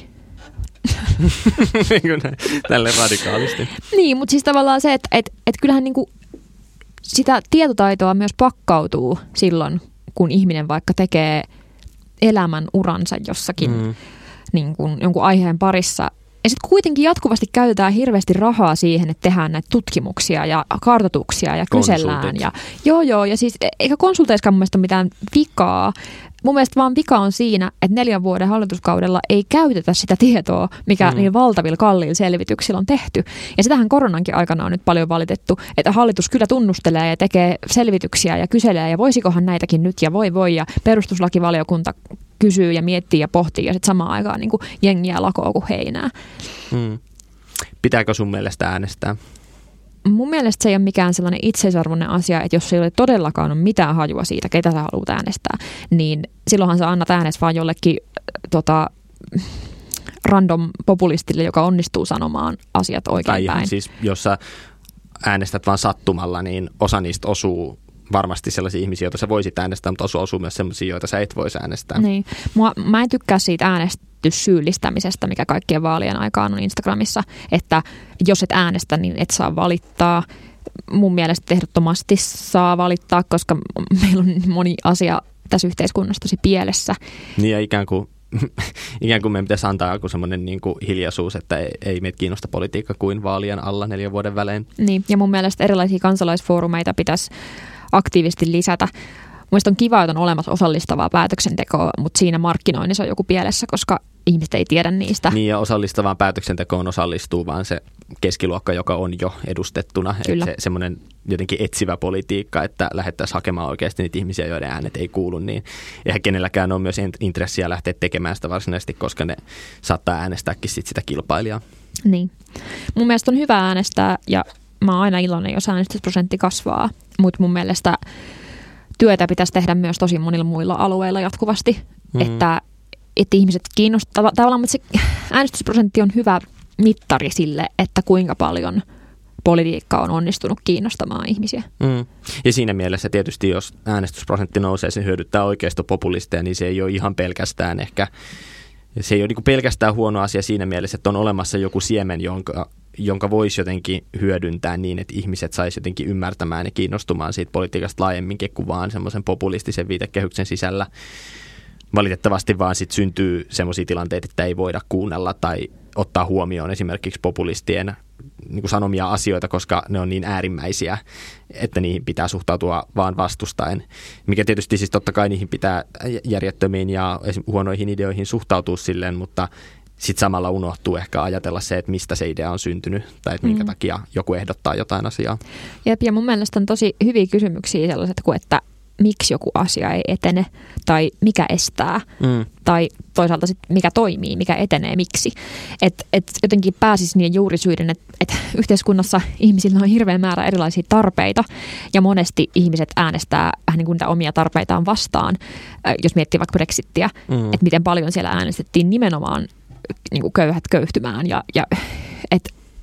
B: Tälle radikaalisti.
A: Niin, mutta siis tavallaan se, että et, et kyllähän niinku sitä tietotaitoa myös pakkautuu silloin, kun ihminen vaikka tekee elämän uransa jossakin mm. niin kuin jonkun aiheen parissa. Ja sitten kuitenkin jatkuvasti käytetään hirveästi rahaa siihen, että tehdään näitä tutkimuksia ja kartoituksia ja kysellään. Ja, joo, joo, ja siis eikä konsulteiskaan mun mielestä mitään vikaa. Mun mielestä vaan vika on siinä, että neljän vuoden hallituskaudella ei käytetä sitä tietoa, mikä mm. niin valtavilla kalliilla selvityksillä on tehty. Ja sitähän koronankin aikana on nyt paljon valitettu, että hallitus kyllä tunnustelee ja tekee selvityksiä ja kyselee, ja voisikohan näitäkin nyt, ja voi voi, ja perustuslakivaliokunta kysyy ja miettii ja pohtii, ja sitten samaan aikaan niin kuin jengiä lakoo kuin heinää.
B: Mm. Pitääkö sun mielestä äänestää?
A: Mun mielestä se ei ole mikään sellainen itseisarvoinen asia, että jos ei ole todellakaan ole mitään hajua siitä, ketä sä haluat äänestää, niin silloinhan sä annat äänes vaan jollekin tota, random populistille, joka onnistuu sanomaan asiat oikein
B: tai
A: päin.
B: Siis jos sä äänestät vaan sattumalla, niin osa niistä osuu varmasti sellaisia ihmisiä, joita sä voisit äänestää, mutta osa osuu myös sellaisia, joita sä et voisi äänestää.
A: Niin. Mua, mä en tykkää siitä äänestyssyyllistämisestä, mikä kaikkien vaalien aikaan on Instagramissa, että jos et äänestä, niin et saa valittaa. Mun mielestä ehdottomasti saa valittaa, koska meillä on moni asia tässä yhteiskunnassa tosi pielessä.
B: Niin ja ikään kuin ikään kuin meidän pitäisi antaa joku semmoinen niin kuin hiljaisuus, että ei, ei meitä kiinnosta politiikka kuin vaalien alla neljän vuoden välein.
A: Niin, ja mun mielestä erilaisia kansalaisfoorumeita pitäisi aktiivisesti lisätä. Mielestäni on kiva, että on olemassa osallistavaa päätöksentekoa, mutta siinä markkinoinnissa on joku pielessä, koska ihmiset ei tiedä niistä.
B: Niin, ja osallistavaan päätöksentekoon osallistuu vaan se keskiluokka, joka on jo edustettuna. Että se, semmoinen jotenkin etsivä politiikka, että lähdettäisiin hakemaan oikeasti niitä ihmisiä, joiden äänet ei kuulu, niin eihän kenelläkään ole myös intressiä lähteä tekemään sitä varsinaisesti, koska ne saattaa äänestääkin sit sitä kilpailijaa.
A: Niin. Mun mielestä on hyvä äänestää, ja mä oon aina iloinen, jos äänestysprosentti kasvaa, mutta mun mielestä työtä pitäisi tehdä myös tosi monilla muilla alueilla jatkuvasti, mm. että, että ihmiset kiinnostaa. Tavallaan mutta se äänestysprosentti on hyvä mittari sille, että kuinka paljon politiikka on onnistunut kiinnostamaan ihmisiä.
B: Mm. Ja siinä mielessä tietysti, jos äänestysprosentti nousee, se hyödyttää oikeistopopulisteja, niin se ei ole ihan pelkästään ehkä, se ei ole niin kuin pelkästään huono asia siinä mielessä, että on olemassa joku siemen, jonka jonka voisi jotenkin hyödyntää niin, että ihmiset saisi jotenkin ymmärtämään ja kiinnostumaan siitä politiikasta laajemminkin kuin vaan semmoisen populistisen viitekehyksen sisällä. Valitettavasti vaan sit syntyy semmoisia tilanteita, että ei voida kuunnella tai ottaa huomioon esimerkiksi populistien niin kuin sanomia asioita, koska ne on niin äärimmäisiä, että niihin pitää suhtautua vaan vastustaen. Mikä tietysti siis totta kai niihin pitää järjettömiin ja huonoihin ideoihin suhtautua silleen, mutta sitten samalla unohtuu ehkä ajatella se, että mistä se idea on syntynyt tai että minkä mm. takia joku ehdottaa jotain asiaa.
A: Jep, ja mun mielestä on tosi hyviä kysymyksiä sellaiset kuin, että miksi joku asia ei etene tai mikä estää mm. tai toisaalta sit mikä toimii, mikä etenee, miksi. Että et jotenkin pääsisi niiden juurisyiden, että et yhteiskunnassa ihmisillä on hirveä määrä erilaisia tarpeita ja monesti ihmiset äänestää vähän niin kuin niitä omia tarpeitaan vastaan, jos miettii vaikka Brexittiä, mm. että miten paljon siellä äänestettiin nimenomaan niin kuin köyhät köyhtymään ja, ja et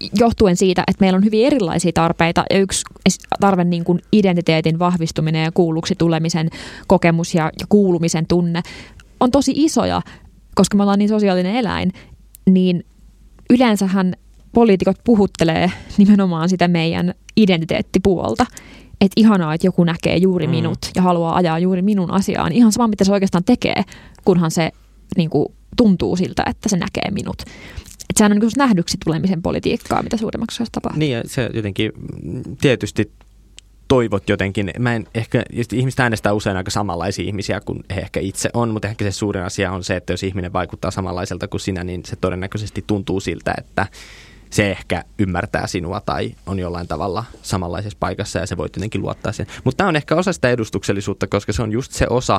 A: johtuen siitä, että meillä on hyvin erilaisia tarpeita ja yksi tarve niin kuin identiteetin vahvistuminen ja kuulluksi tulemisen kokemus ja, ja kuulumisen tunne on tosi isoja, koska me ollaan niin sosiaalinen eläin, niin yleensähän poliitikot puhuttelee nimenomaan sitä meidän identiteettipuolta. Että ihanaa, että joku näkee juuri minut mm. ja haluaa ajaa juuri minun asiaan. Ihan sama, mitä se oikeastaan tekee, kunhan se niin kuin, tuntuu siltä, että se näkee minut. Että sehän on niin nähdyksi tulemisen politiikkaa, mitä suurimmaksi osassa tapahtuu.
B: Niin, ja se jotenkin tietysti toivot jotenkin. Mä en ehkä, ihmiset äänestää usein aika samanlaisia ihmisiä kuin he ehkä itse on, mutta ehkä se suurin asia on se, että jos ihminen vaikuttaa samanlaiselta kuin sinä, niin se todennäköisesti tuntuu siltä, että se ehkä ymmärtää sinua tai on jollain tavalla samanlaisessa paikassa ja se voi jotenkin luottaa siihen. Mutta tämä on ehkä osa sitä edustuksellisuutta, koska se on just se osa,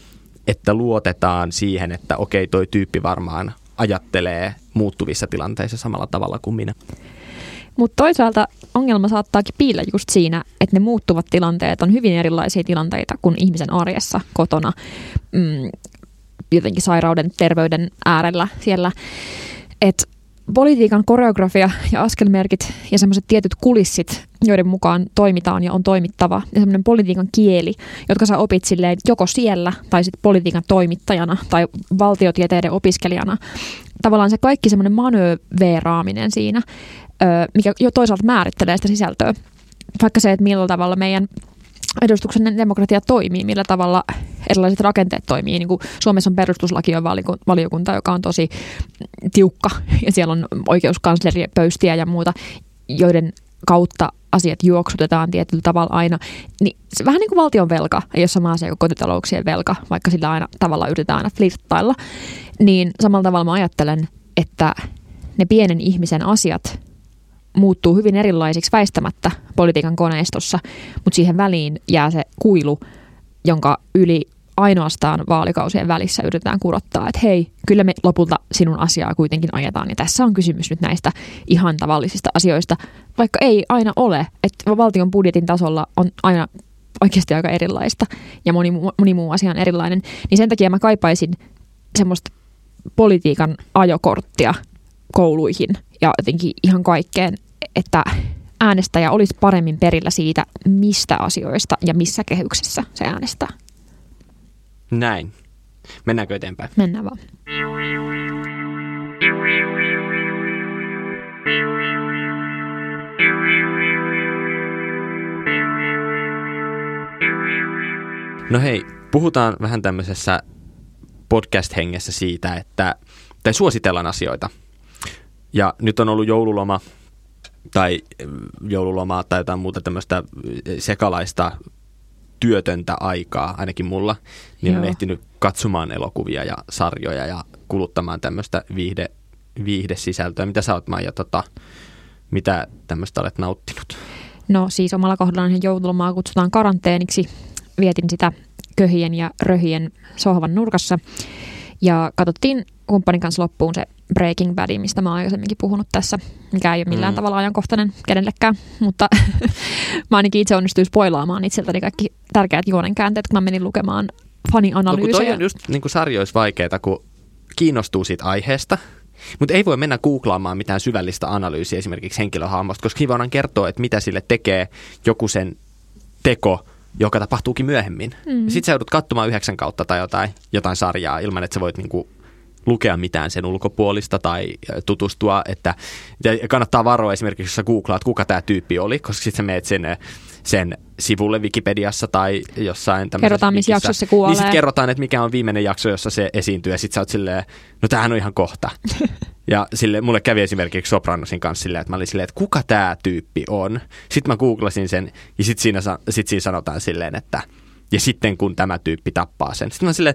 B: että luotetaan siihen, että okei, toi tyyppi varmaan ajattelee muuttuvissa tilanteissa samalla tavalla kuin minä.
A: Mutta toisaalta ongelma saattaakin piillä just siinä, että ne muuttuvat tilanteet on hyvin erilaisia tilanteita kuin ihmisen arjessa, kotona, mm, jotenkin sairauden, terveyden äärellä siellä. Että politiikan koreografia ja askelmerkit ja semmoiset tietyt kulissit, joiden mukaan toimitaan ja on toimittava, ja semmoinen politiikan kieli, jotka sä opit silleen joko siellä tai sitten politiikan toimittajana tai valtiotieteiden opiskelijana. Tavallaan se kaikki semmoinen manööveraaminen siinä, mikä jo toisaalta määrittelee sitä sisältöä. Vaikka se, että millä tavalla meidän edustuksellinen demokratia toimii, millä tavalla erilaiset rakenteet toimii. Niin kuin Suomessa on perustuslakivaliokunta, joka on tosi tiukka, ja siellä on oikeuskansleri, pöystiä ja muuta, joiden kautta asiat juoksutetaan tietyllä tavalla aina. Niin se vähän niin kuin valtion velka, ei ole sama asia kuin kotitalouksien velka, vaikka sillä aina tavalla yritetään aina flirttailla. Niin samalla tavalla mä ajattelen, että ne pienen ihmisen asiat muuttuu hyvin erilaisiksi väistämättä politiikan koneistossa, mutta siihen väliin jää se kuilu, jonka yli ainoastaan vaalikausien välissä yritetään kurottaa, että hei, kyllä me lopulta sinun asiaa kuitenkin ajetaan, ja tässä on kysymys nyt näistä ihan tavallisista asioista, vaikka ei aina ole, että valtion budjetin tasolla on aina oikeasti aika erilaista, ja moni, moni muu asia on erilainen, niin sen takia mä kaipaisin semmoista politiikan ajokorttia kouluihin ja jotenkin ihan kaikkeen, että äänestäjä olisi paremmin perillä siitä, mistä asioista ja missä kehyksessä se äänestää.
B: Näin. Mennäänkö eteenpäin?
A: Mennään vaan.
B: No hei, puhutaan vähän tämmöisessä podcast-hengessä siitä, että tai suositellaan asioita. Ja nyt on ollut joululoma tai joululomaa tai jotain muuta tämmöistä sekalaista työtöntä aikaa, ainakin mulla, niin Joo. on ehtinyt katsomaan elokuvia ja sarjoja ja kuluttamaan tämmöistä viihde, viihdesisältöä. Mitä sä oot, Maija, tota, mitä tämmöistä olet nauttinut?
A: No siis omalla kohdallani joululomaa kutsutaan karanteeniksi. Vietin sitä köhien ja röhien sohvan nurkassa ja katsottiin kumppanin kanssa loppuun se Breaking Bad, mistä mä oon aikaisemminkin puhunut tässä, mikä ei ole millään mm. tavalla ajankohtainen kenellekään, mutta mä ainakin itse onnistuin spoilaamaan itseltäni kaikki tärkeät juonenkäänteet, kun mä menin lukemaan fanianalyysejä.
B: No kun toi on just niin kuin sarjoissa vaikeaa, kun kiinnostuu siitä aiheesta, mutta ei voi mennä googlaamaan mitään syvällistä analyysiä esimerkiksi henkilöhahmosta, koska voidaan kertoa, että mitä sille tekee joku sen teko, joka tapahtuukin myöhemmin. Mm. Sitten sä joudut katsomaan yhdeksän kautta tai jotain, jotain sarjaa ilman, että sä voit niinku lukea mitään sen ulkopuolista tai tutustua, että kannattaa varoa esimerkiksi, jos sä googlaat, kuka tämä tyyppi oli, koska sitten sä meet sen, sen sivulle Wikipediassa tai jossain tämmöisessä
A: kerrotaan, missä jaksossa se kuolee.
B: Niin sitten kerrotaan, että mikä on viimeinen jakso, jossa se esiintyy, ja sitten sä oot silleen, no tämähän on ihan kohta. Ja sille, mulle kävi esimerkiksi Sopranosin kanssa silleen, että mä olin silleen, että kuka tämä tyyppi on. Sitten mä googlasin sen, ja sitten siinä, sit siinä sanotaan silleen, että ja sitten kun tämä tyyppi tappaa sen. Sitten mä silleen,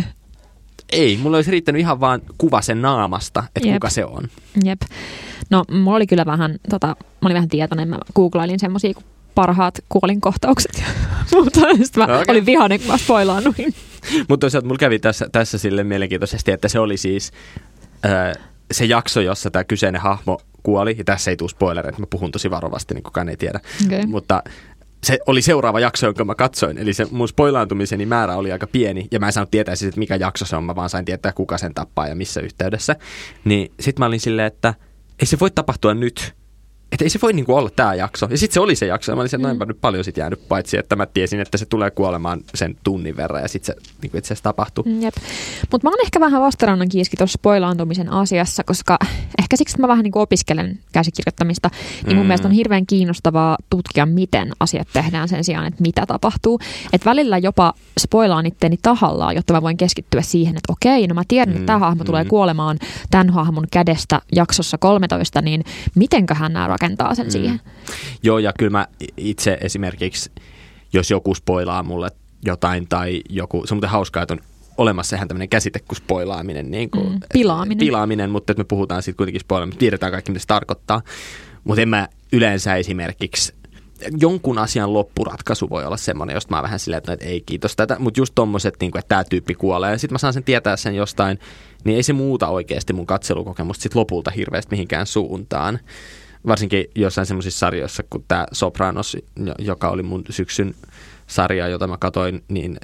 B: ei, mulla olisi riittänyt ihan vaan kuva sen naamasta, että Jep. kuka se on.
A: Jep. No, mulla oli kyllä vähän, tota, mä olin vähän tietoinen, mä googlailin semmosia parhaat kuolinkohtaukset ja muuta. Sitten mä okay. olin vihainen, kun mä spoilaannuin.
B: Mutta tosiaan mulla kävi tässä, tässä sille mielenkiintoisesti, että se oli siis äh, se jakso, jossa tämä kyseinen hahmo kuoli. Ja tässä ei tule spoilereita, mä puhun tosi varovasti, niin kukaan ei tiedä. Okay. Mutta se oli seuraava jakso, jonka mä katsoin. Eli se mun spoilaantumiseni määrä oli aika pieni. Ja mä en saanut tietää siis, että mikä jakso se on. Mä vaan sain tietää, kuka sen tappaa ja missä yhteydessä. Niin sit mä olin silleen, että ei se voi tapahtua nyt. että ei se voi niinku olla tämä jakso. Ja sitten se oli se jakso, ja mä olin sen, mm. noinpa nyt paljon sit jäänyt, paitsi että mä tiesin, että se tulee kuolemaan sen tunnin verran, ja sitten se niinku itse asiassa tapahtui.
A: Jep. Mutta mä oon ehkä vähän vastarannan kiiski tuossa spoilaantumisen asiassa, koska ehkä siksi, että mä vähän niinku opiskelen käsikirjoittamista, niin mun mm. mielestä on hirveän kiinnostavaa tutkia, miten asiat tehdään sen sijaan, että mitä tapahtuu. Että välillä jopa spoilaan itteeni tahallaan, jotta mä voin keskittyä siihen, että okei, no mä tiedän, että tämä hahmo mm. tulee kuolemaan tämän hahmon kädestä jaksossa kolmetoista, niin mitenköhän nämä rakentaa sen mm. siihen?
B: Joo, ja kyllä mä itse esimerkiksi, jos joku spoilaa mulle jotain tai joku, se on muuten hauskaa, että on olemassa ihan tämmöinen käsite kuin spoilaaminen. Niin kuin,
A: mm. Pilaaminen.
B: Pilaaminen, mutta että me puhutaan siitä kuitenkin spoilaamista, tiedetään kaikki, mitä se tarkoittaa. Mutta en mä yleensä esimerkiksi, jonkun asian loppuratkaisu voi olla semmoinen, josta mä oon vähän silleen, että ei kiitos tätä, mutta just tommoset, niin kuin, että tämä tyyppi kuolee, ja sitten mä saan sen tietää sen jostain, niin ei se muuta oikeasti mun katselukokemusta sit lopulta hirveästi mihinkään suuntaan. Varsinkin jossain semmoisissa sarjoissa, kun tämä Sopranos, joka oli mun syksyn sarja, jota mä katsoin, niin,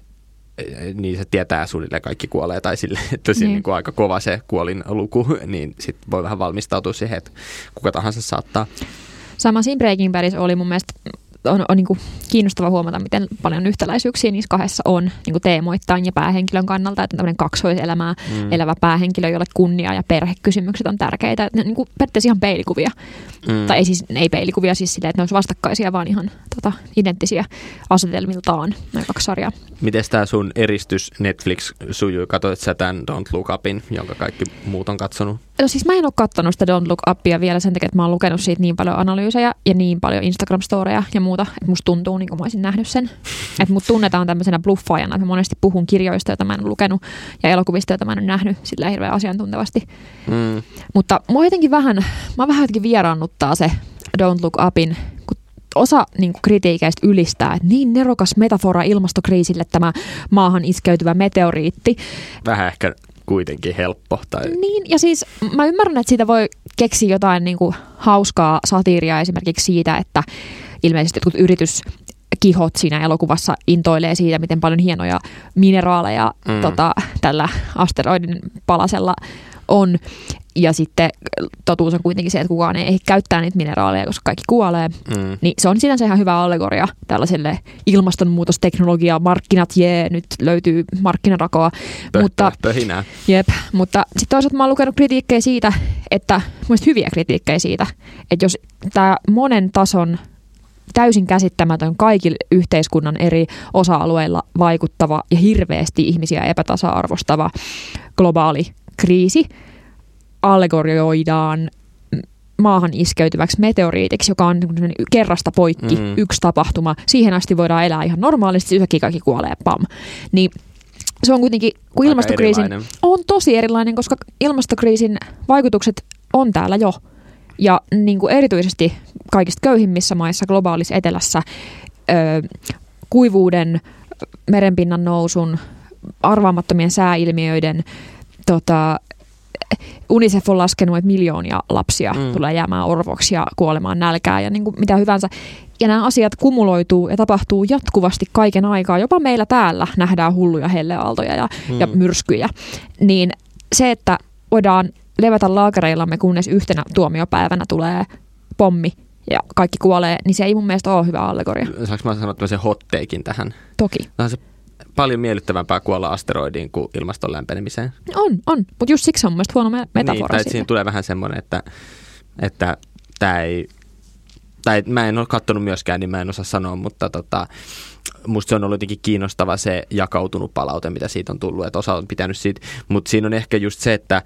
B: niin se tietää suunnilleen kaikki kuolee, tai sille, että siinä mm. niin kuin aika kova se kuolin luku, niin sitten voi vähän valmistautua siihen, että kuka tahansa saattaa.
A: Sama siinä Breaking Badissa oli mun mielestä, on, on niin kuin kiinnostava huomata, miten paljon yhtäläisyyksiä niissä kahdessa on niin kuin teemoittain ja päähenkilön kannalta, että on tämmöinen kaksoiselämää mm. elävä päähenkilö, jolle kunnia ja perhekysymykset on tärkeitä. Ne, niin kuin periaatteessa ihan peilikuvia. Mm. Tai ei, siis, ei peilikuvia siis silleen, että ne olisi vastakkaisia, vaan ihan tota, identtisiä asetelmiltaan, nämä kaksi sarjaa.
B: Miten tämä sun eristys Netflix sujui? Katoit sä tämän Don't Look Upin, jonka kaikki muut on katsonut?
A: No siis mä en ole katsonut sitä Don't Look Upia vielä sen takia, että mä oon lukenut siitä niin paljon analyysejä ja niin paljon Instagram-storeja ja muuta, että musta tuntuu niin kuin mä olisin nähnyt sen. Että mut tunnetaan tämmöisenä bluffaajana, että mä monesti puhun kirjoista, joita mä en ole lukenut ja elokuvista, joita mä en ole nähnyt sillä hirveän asiantuntevasti. Mm. Mutta mua jotenkin vähän, mä vähän jotenkin vieraannuttaa se Don't Look Upin, kun osa niin kuin kritiikeistä ylistää, että niin nerokas metafora ilmastokriisille tämä maahan iskeytyvä meteoriitti.
B: Vähän ehkä kuitenkin helppo. Tai...
A: Niin, ja siis mä ymmärrän, että siitä voi keksiä jotain niin kuin hauskaa satiiria esimerkiksi siitä, että ilmeisesti jotkut yrityskihot siinä elokuvassa intoilee siitä, miten paljon hienoja mineraaleja mm. tota, tällä asteroidin palasella on. Ja sitten totuus on kuitenkin se, että kukaan ei käyttää niitä mineraaleja, koska kaikki kuolee. Mm. Niin se on sinänsä ihan hyvä allegoria tällaiselle ilmastonmuutosteknologia, markkinat, jee, nyt löytyy markkinarakoa.
B: Pö,
A: mutta,
B: pö, pöhinää.
A: Jep, mutta sitten toisaalta mä oon lukenut kritiikkejä siitä, että mielestäni hyviä kritiikkejä siitä, että jos tämä monen tason täysin käsittämätön kaikilla yhteiskunnan eri osa-alueilla vaikuttava ja hirveästi ihmisiä epätasa-arvostava globaali kriisi allegorioidaan maahan iskeytyväksi meteoriitiksi, joka on kerrasta poikki, mm. yksi tapahtuma. Siihen asti voidaan elää ihan normaalisti, yhtäkkiä kaikki kuolee, pam. Niin se on kuitenkin, kun ilmastokriisin on tosi erilainen, koska ilmastokriisin vaikutukset on täällä jo. Ja niin kuin erityisesti kaikista köyhimmissä maissa, globaalissa etelässä, ö, kuivuuden, merenpinnan nousun, arvaamattomien sääilmiöiden, tota, UNICEF on laskenut, että miljoonia lapsia mm. tulee jäämään orvoksi ja kuolemaan nälkään ja niin kuin mitä hyvänsä. Ja nämä asiat kumuloituu ja tapahtuu jatkuvasti kaiken aikaa. Jopa meillä täällä nähdään hulluja helleaaltoja ja, mm. ja myrskyjä. Niin se, että voidaan levätä laakereillamme, kunnes yhtenä tuomiopäivänä tulee pommi ja kaikki kuolee, niin se ei mun mielestä ole hyvä allegoria.
B: Saanko mä sanoa tämmöisen hot takein tähän?
A: Toki.
B: No, se paljon miellyttävämpää kuolla asteroidiin kuin ilmaston lämpenemiseen.
A: On, on. Mutta just siksi on mun mielestä huono metafora.
B: Niin, siinä tulee vähän semmoinen, että, että tämä ei, tai mä en ole katsonut myöskään, niin mä en osaa sanoa, mutta tota, musta se on ollut jotenkin kiinnostava se jakautunut palaute, mitä siitä on tullut, että osa on pitänyt siitä, mutta siinä on ehkä just se, että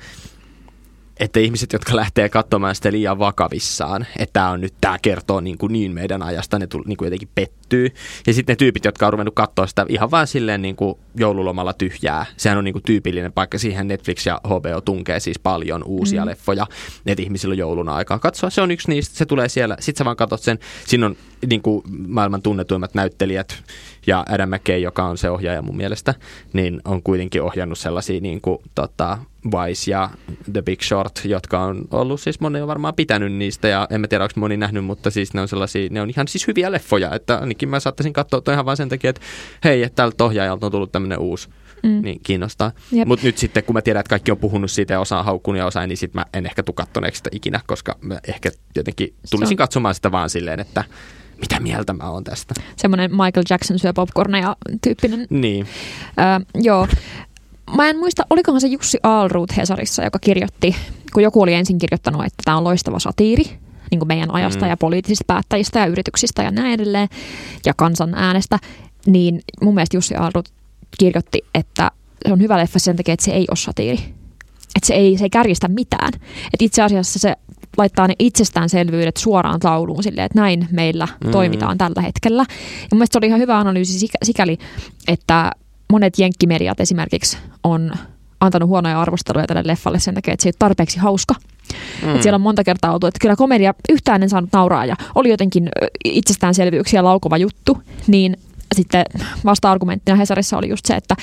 B: että ihmiset, jotka lähtee katsomaan sitä liian vakavissaan, että tämä on nyt, tämä kertoo niin, kuin niin meidän ajasta, ne tuli, niin kuin jotenkin pettyy. Ja sitten ne tyypit, jotka on ruvennut katsoa sitä ihan vaan silleen niin kuin joululomalla tyhjää. Sehän on niin kuin tyypillinen paikka. Siihen Netflix ja H B O tunkee siis paljon uusia mm. leffoja, että ihmisillä on jouluna aikaa katsoa. Se on yksi niistä, se tulee siellä. Sitten sä vaan katsot sen. Siinä on niin kuin maailman tunnetuimmat näyttelijät ja Adam McKay, joka on se ohjaaja mun mielestä, niin on kuitenkin ohjannut sellaisia niin kuin tota, Vice ja The Big Short, jotka on ollut siis, moni on varmaan pitänyt niistä ja en mä tiedä, onko moni nähnyt, mutta siis ne on sellaisia, ne on ihan siis hyviä leffoja, että ainakin mä saattaisin katsoa ihan vaan sen takia, että hei, että tältä ohjaajalta on tullut tämmöinen uusi mm. niin kiinnostaa. Mutta nyt sitten, kun mä tiedän, että kaikki on puhunut siitä ja osa on haukkunut ja osa niin sitten mä en ehkä tule kattoneeksi sitä ikinä, koska mä ehkä jotenkin tulisin katsomaan sitä vaan silleen, että mitä mieltä mä oon tästä.
A: Semmoinen Michael Jackson syö popcorneja tyyppinen.
B: Niin.
A: Öö, joo. Mä en muista, olikohan se Jussi Aalruut Hesarissa, joka kirjoitti, kun joku oli ensin kirjoittanut, että tämä on loistava satiiri, niin kuin meidän ajasta mm. ja poliittisista päättäjistä ja yrityksistä ja näin edelleen, ja kansan äänestä, niin mun mielestä Jussi Aalruut kirjoitti, että se on hyvä leffa sen takia, että se ei ole satiiri. Että se ei, se ei kärjistä mitään. Että itse asiassa se laittaa ne itsestäänselvyydet suoraan tauluun silleen, että näin meillä mm. toimitaan tällä hetkellä. Ja mun mielestä se oli ihan hyvä analyysi sikäli, että monet jenkkimediat esimerkiksi on antanut huonoja arvosteluja tälle leffalle sen takia, että se ei ole tarpeeksi hauska. Mm. Että siellä on monta kertaa oltu, että kyllä komedia yhtään en saanut nauraa ja oli jotenkin itsestäänselvyyksiä laukova juttu, niin sitten vasta-argumenttina Hesarissa oli just se, että,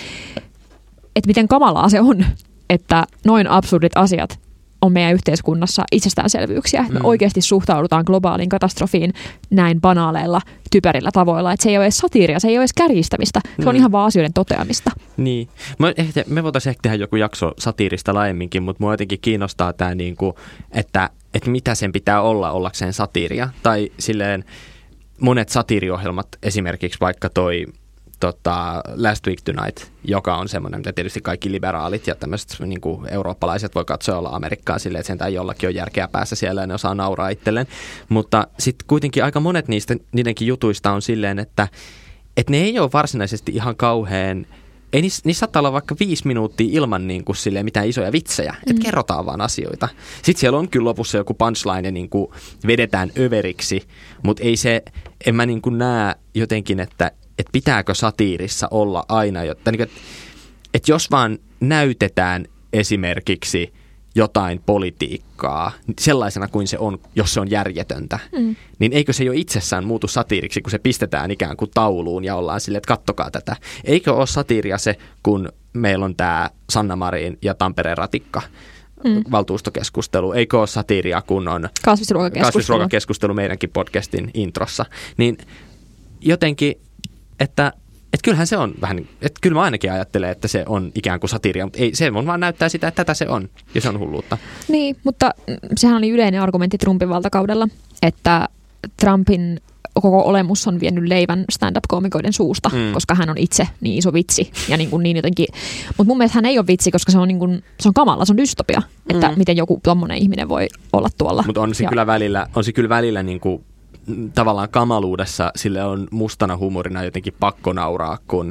A: että miten kamalaa se on, että noin absurdit asiat on meidän yhteiskunnassa itsestäänselvyyksiä. Mm. Me oikeasti suhtaudutaan globaaliin katastrofiin näin banaaleilla, typerillä tavoilla. Että se ei ole edes satiiria, se ei ole edes kärjistämistä. Se mm. on ihan vaan asioiden toteamista.
B: Niin. Me, ehkä, me voitaisiin ehkä tehdä joku jakso satiirista laajemminkin, mutta mua jotenkin kiinnostaa tämä, niinku, että, että mitä sen pitää olla ollakseen satiiria. Tai silleen monet satiiriohjelmat, esimerkiksi vaikka toi Tota, Last Week Tonight, joka on semmoinen, mitä tietysti kaikki liberaalit ja tämmöiset niin kuin eurooppalaiset voi katsoa olla Amerikkaan silleen, että sentään jollakin on järkeä päässä siellä ja ne osaa nauraa itselleen. Mutta sitten kuitenkin aika monet niistä, niidenkin jutuista on silleen, että, että ne ei ole varsinaisesti ihan kauhean, ei niissä, niissä saattaa olla vaikka viisi minuuttia ilman niin kuin silleen mitään isoja vitsejä, mm. että kerrotaan vaan asioita. Sitten siellä on kyllä lopussa joku punchline ja niin kuin vedetään överiksi, mutta ei se, en mä niin kuin näe jotenkin, että että pitääkö satiirissa olla aina, jotta, niin että, että jos vaan näytetään esimerkiksi jotain politiikkaa sellaisena kuin se on, jos se on järjetöntä, mm. niin eikö se jo itsessään muutu satiiriksi, kun se pistetään ikään kuin tauluun ja ollaan silleen, että kattokaa tätä. Eikö ole satiiria se, kun meillä on tämä Sanna Marin ja Tampereen ratikka mm. valtuustokeskustelu. Eikö ole satiiria, kun on
A: kasvisruokakeskustelu.
B: kasvisruokakeskustelu meidänkin podcastin introssa. Niin jotenkin Että, että kyllähän se on vähän, että kyllä mä ainakin ajattelen, että se on ikään kuin satiiria, mutta ei, se on vaan näyttää sitä, että tätä se on, ja se on hulluutta.
A: Niin, mutta sehän oli yleinen argumentti Trumpin valtakaudella, että Trumpin koko olemus on vienyt leivän stand-up-koomikoiden suusta, mm. koska hän on itse niin iso vitsi. Ja niin kuin niin jotenkin. Mutta mun mielestä hän ei ole vitsi, koska se on, niin kuin, se on kamala, se on dystopia, että mm. miten joku tommoinen ihminen voi olla tuolla. Mutta
B: on se ja kyllä välillä, on se kyllä välillä niin kuin tavallaan kamaluudessa sille on mustana humorina jotenkin pakko nauraa, kun,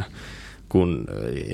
B: kun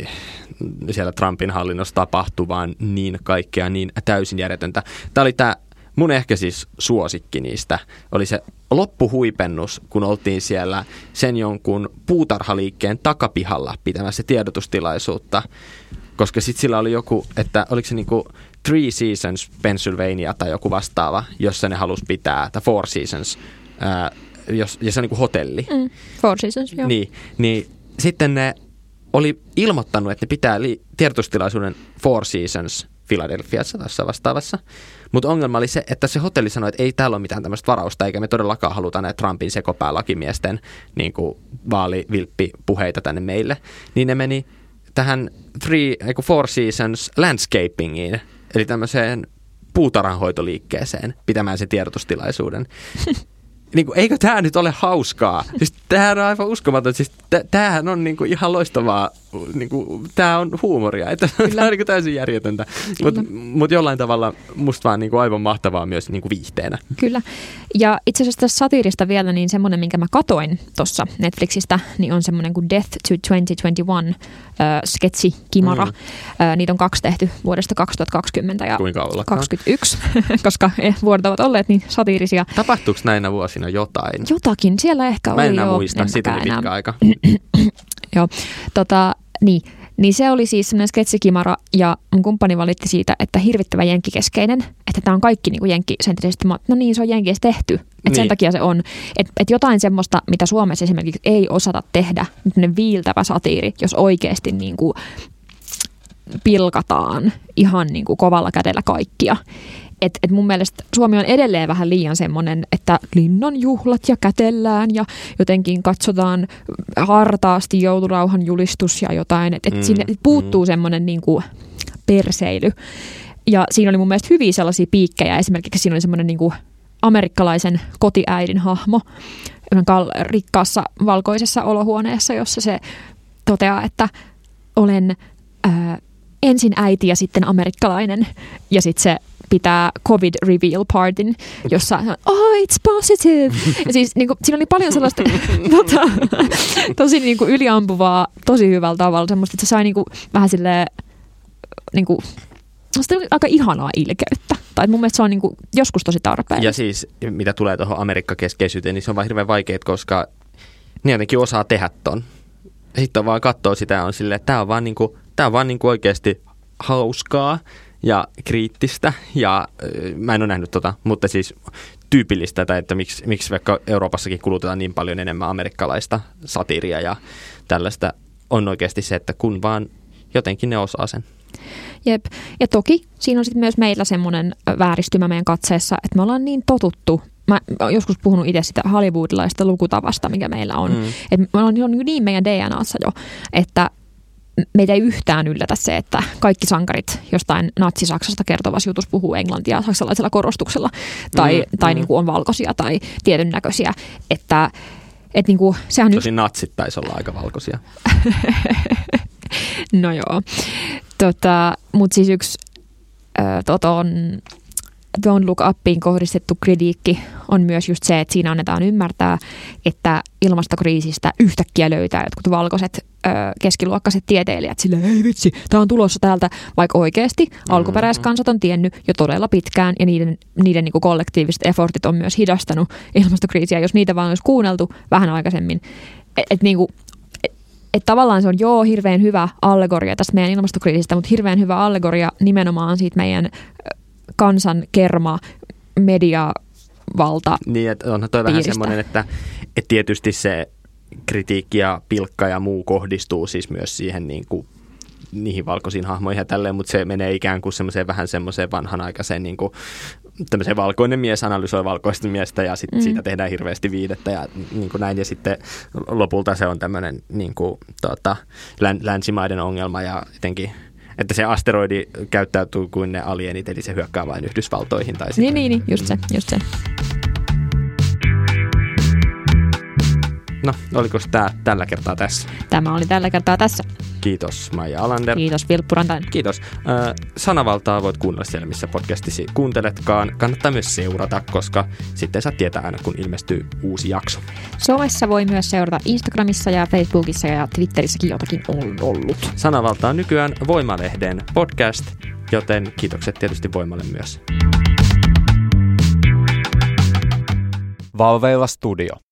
B: siellä Trumpin hallinnossa tapahtuu vaan niin kaikkea niin täysin järjetöntä. Tämä oli tämä mun ehkä siis suosikki niistä, oli se loppuhuipennus, kun oltiin siellä sen jonkun puutarhaliikkeen takapihalla pitämässä tiedotustilaisuutta, koska sitten sillä oli joku, että oliko se niinku Three Seasons Pennsylvania tai joku vastaava, jossa ne halusi pitää, tai Four Seasons, Ää, jos, ja se on niin kuin hotelli.
A: Mm, Four Seasons, joo.
B: Niin, niin sitten ne oli ilmoittanut, että ne pitää li- tiedotustilaisuuden Four Seasons Philadelphiassa tässä vastaavassa. Mutta ongelma oli se, että se hotelli sanoi, että ei täällä ole mitään tämmöistä varausta, eikä me todellakaan haluta näitä Trumpin sekopää-lakimiesten niin kuin vaalivilppipuheita tänne meille. Niin ne meni tähän three, eiku Four Seasons landscapingiin, eli tämmöiseen puutarhanhoitoliikkeeseen pitämään sen tiedotustilaisuuden. Niin kuin, eikö tämä nyt ole hauskaa? Siis tämähän on aivan uskomaton. Siis tämähän on niin kuin ihan loistavaa. Niin kuin, tämä on huumoria. Että tämä on niin kuin täysin järjetöntä. Mutta mut jollain tavalla musta vaan niin kuin aivan mahtavaa myös niin kuin viihteenä.
A: Kyllä. Ja itse asiassa tässä satiirista vielä, niin semmoinen, minkä mä katoin tuossa Netflixistä, niin on semmoinen kuin Death to kaksituhattakaksikymmentäyksi äh, sketsi-kimara. Mm. Äh, niitä on kaksi tehty vuodesta kaksituhattakaksikymmentä ja kaksikymmentäyksi, koska eh, vuodet ovat olleet niin satiirisia.
B: Tapahtuuko näinä vuosina jotain?
A: Jotakin. Siellä ehkä
B: mä
A: oli jo.
B: Mä en muista. Siitä oli pitkä aika.
A: Joo. Tota, niin. Niin se oli siis semmoinen sketsikimara ja mun kumppani valitti siitä, että hirvittävä jenkkikeskeinen, että tämä on kaikki niin kuin jenkkisentrisesti. No niin, se on jenkissä tehty. Että niin. Sen takia se on, että, että jotain semmoista, mitä Suomessa esimerkiksi ei osata tehdä, nyt viiltävä satiiri, jos oikeasti niin kuin pilkataan ihan niin kuin kovalla kädellä kaikkia. et, et mun mielestä Suomi on edelleen vähän liian semmoinen, että linnanjuhlat ja kätellään ja jotenkin katsotaan hartaasti joulurauhan julistus ja jotain. Että et mm, sinne puuttuu mm. semmoinen niinku perseily. Ja siinä oli mun mielestä hyviä sellaisia piikkejä. Esimerkiksi siinä oli semmoinen niinku amerikkalaisen kotiäidin hahmo rikkaassa valkoisessa olohuoneessa, jossa se toteaa, että olen ää, ensin äiti ja sitten amerikkalainen. Ja sitten se pitää COVID reveal partyn, jossa oh, it's positive. Ja siis niin kuin, siinä oli paljon sellaista tota, tosi niin kuin yliampuvaa, tosi hyvällä tavalla. Semmoista, että se sai niin kuin, vähän silleen niin kuin, aika ihanaa ilkeyttä. Tai mun mielestä se on niin kuin, joskus tosi tarpeen.
B: Ja siis mitä tulee tuohon Amerikka-keskeisyyteen, niin se on vaan hirveän vaikeet, koska ne jotenkin osaa tehdä ton. Sitten on vaan katsoo sitä ja on silleen, että tämä on vaan, niin kuin, tää on vaan niin kuin oikeasti hauskaa ja kriittistä. Ja äh, mä en ole nähnyt tota, mutta siis tyypillistä, että miksi, miksi vaikka Euroopassakin kulutetaan niin paljon enemmän amerikkalaista satiiria ja tällaista, on oikeasti se, että kun vaan jotenkin ne osaa sen.
A: Jep. Ja toki siinä on sitten myös meillä semmoinen vääristymä meidän katseessa, että me ollaan niin totuttu. Mä oon joskus puhunut itse sitä hollywoodilaista lukutavasta, mikä meillä on. Mm. Että me ollaan niin meidän D N A:ssa jo, että meitä ei yhtään yllätä se, että kaikki sankarit jostain natsi-Saksasta kertovassa jutussa puhuu englantia saksalaisella korostuksella tai, mm. tai mm. niin kuin on valkoisia tai tietyn näköisiä. Että, että niin kuin, sehän
B: tosin nyt natsit taisi olla aika valkoisia.
A: No joo. Tota, mutta siis yksi äh, toton Don't Look Upiin kohdistettu kritiikki on myös just se, että siinä annetaan ymmärtää, että ilmastokriisistä yhtäkkiä löytää jotkut valkoiset ö, keskiluokkaiset tieteilijät silleen, ei vitsi, tämä on tulossa täältä, vaikka oikeasti mm-hmm. alkuperäiskansat on tiennyt jo todella pitkään ja niiden, niiden niin kuin kollektiiviset effortit on myös hidastanut ilmastokriisiä, jos niitä vaan olisi kuunneltu vähän aikaisemmin. Että et, niin kuin että tavallaan se on joo hirveän hyvä allegoria tästä meidän ilmastokriisistä, mutta hirveän hyvä allegoria nimenomaan siitä meidän kansan kerma mediavalta
B: niin, että onhan toi vähän semmoinen, että, että tietysti se kritiikki ja pilkka ja muu kohdistuu siis myös siihen niin kuin, niihin valkoisiin hahmoihin ja tälleen, mutta se menee ikään kuin semmoiseen vähän semmoiseen vanhanaikaiseen niin kuin, tämmöiseen valkoinen mies analysoi valkoista miestä ja sitten mm. siitä tehdään hirveästi viidettä ja niin kuin näin. Ja sitten lopulta se on tämmöinen niin kuin, tota, länsimaiden ongelma ja jotenkin, että se asteroidi käyttäytyy kuin ne alienit, eli se hyökkää vain Yhdysvaltoihin. Tai
A: niin, niin, niin, just se, just se.
B: No, oliko tämä tällä kertaa tässä?
A: Tämä oli tällä kertaa tässä.
B: Kiitos Maija Alander.
A: Kiitos Vilppu Rantanen.
B: Kiitos. Äh, Sanavaltaa voit kuunnella siellä, missä podcastisi kuunteletkaan. Kannattaa myös seurata, koska sitten saat tietää aina, kun ilmestyy uusi jakso.
A: Somessa voi myös seurata Instagramissa ja Facebookissa ja Twitterissäkin jotakin on ollut.
B: Sanavalta on nykyään Voimalehden podcast, joten kiitokset tietysti Voimalle myös.
C: Valveilla Studio.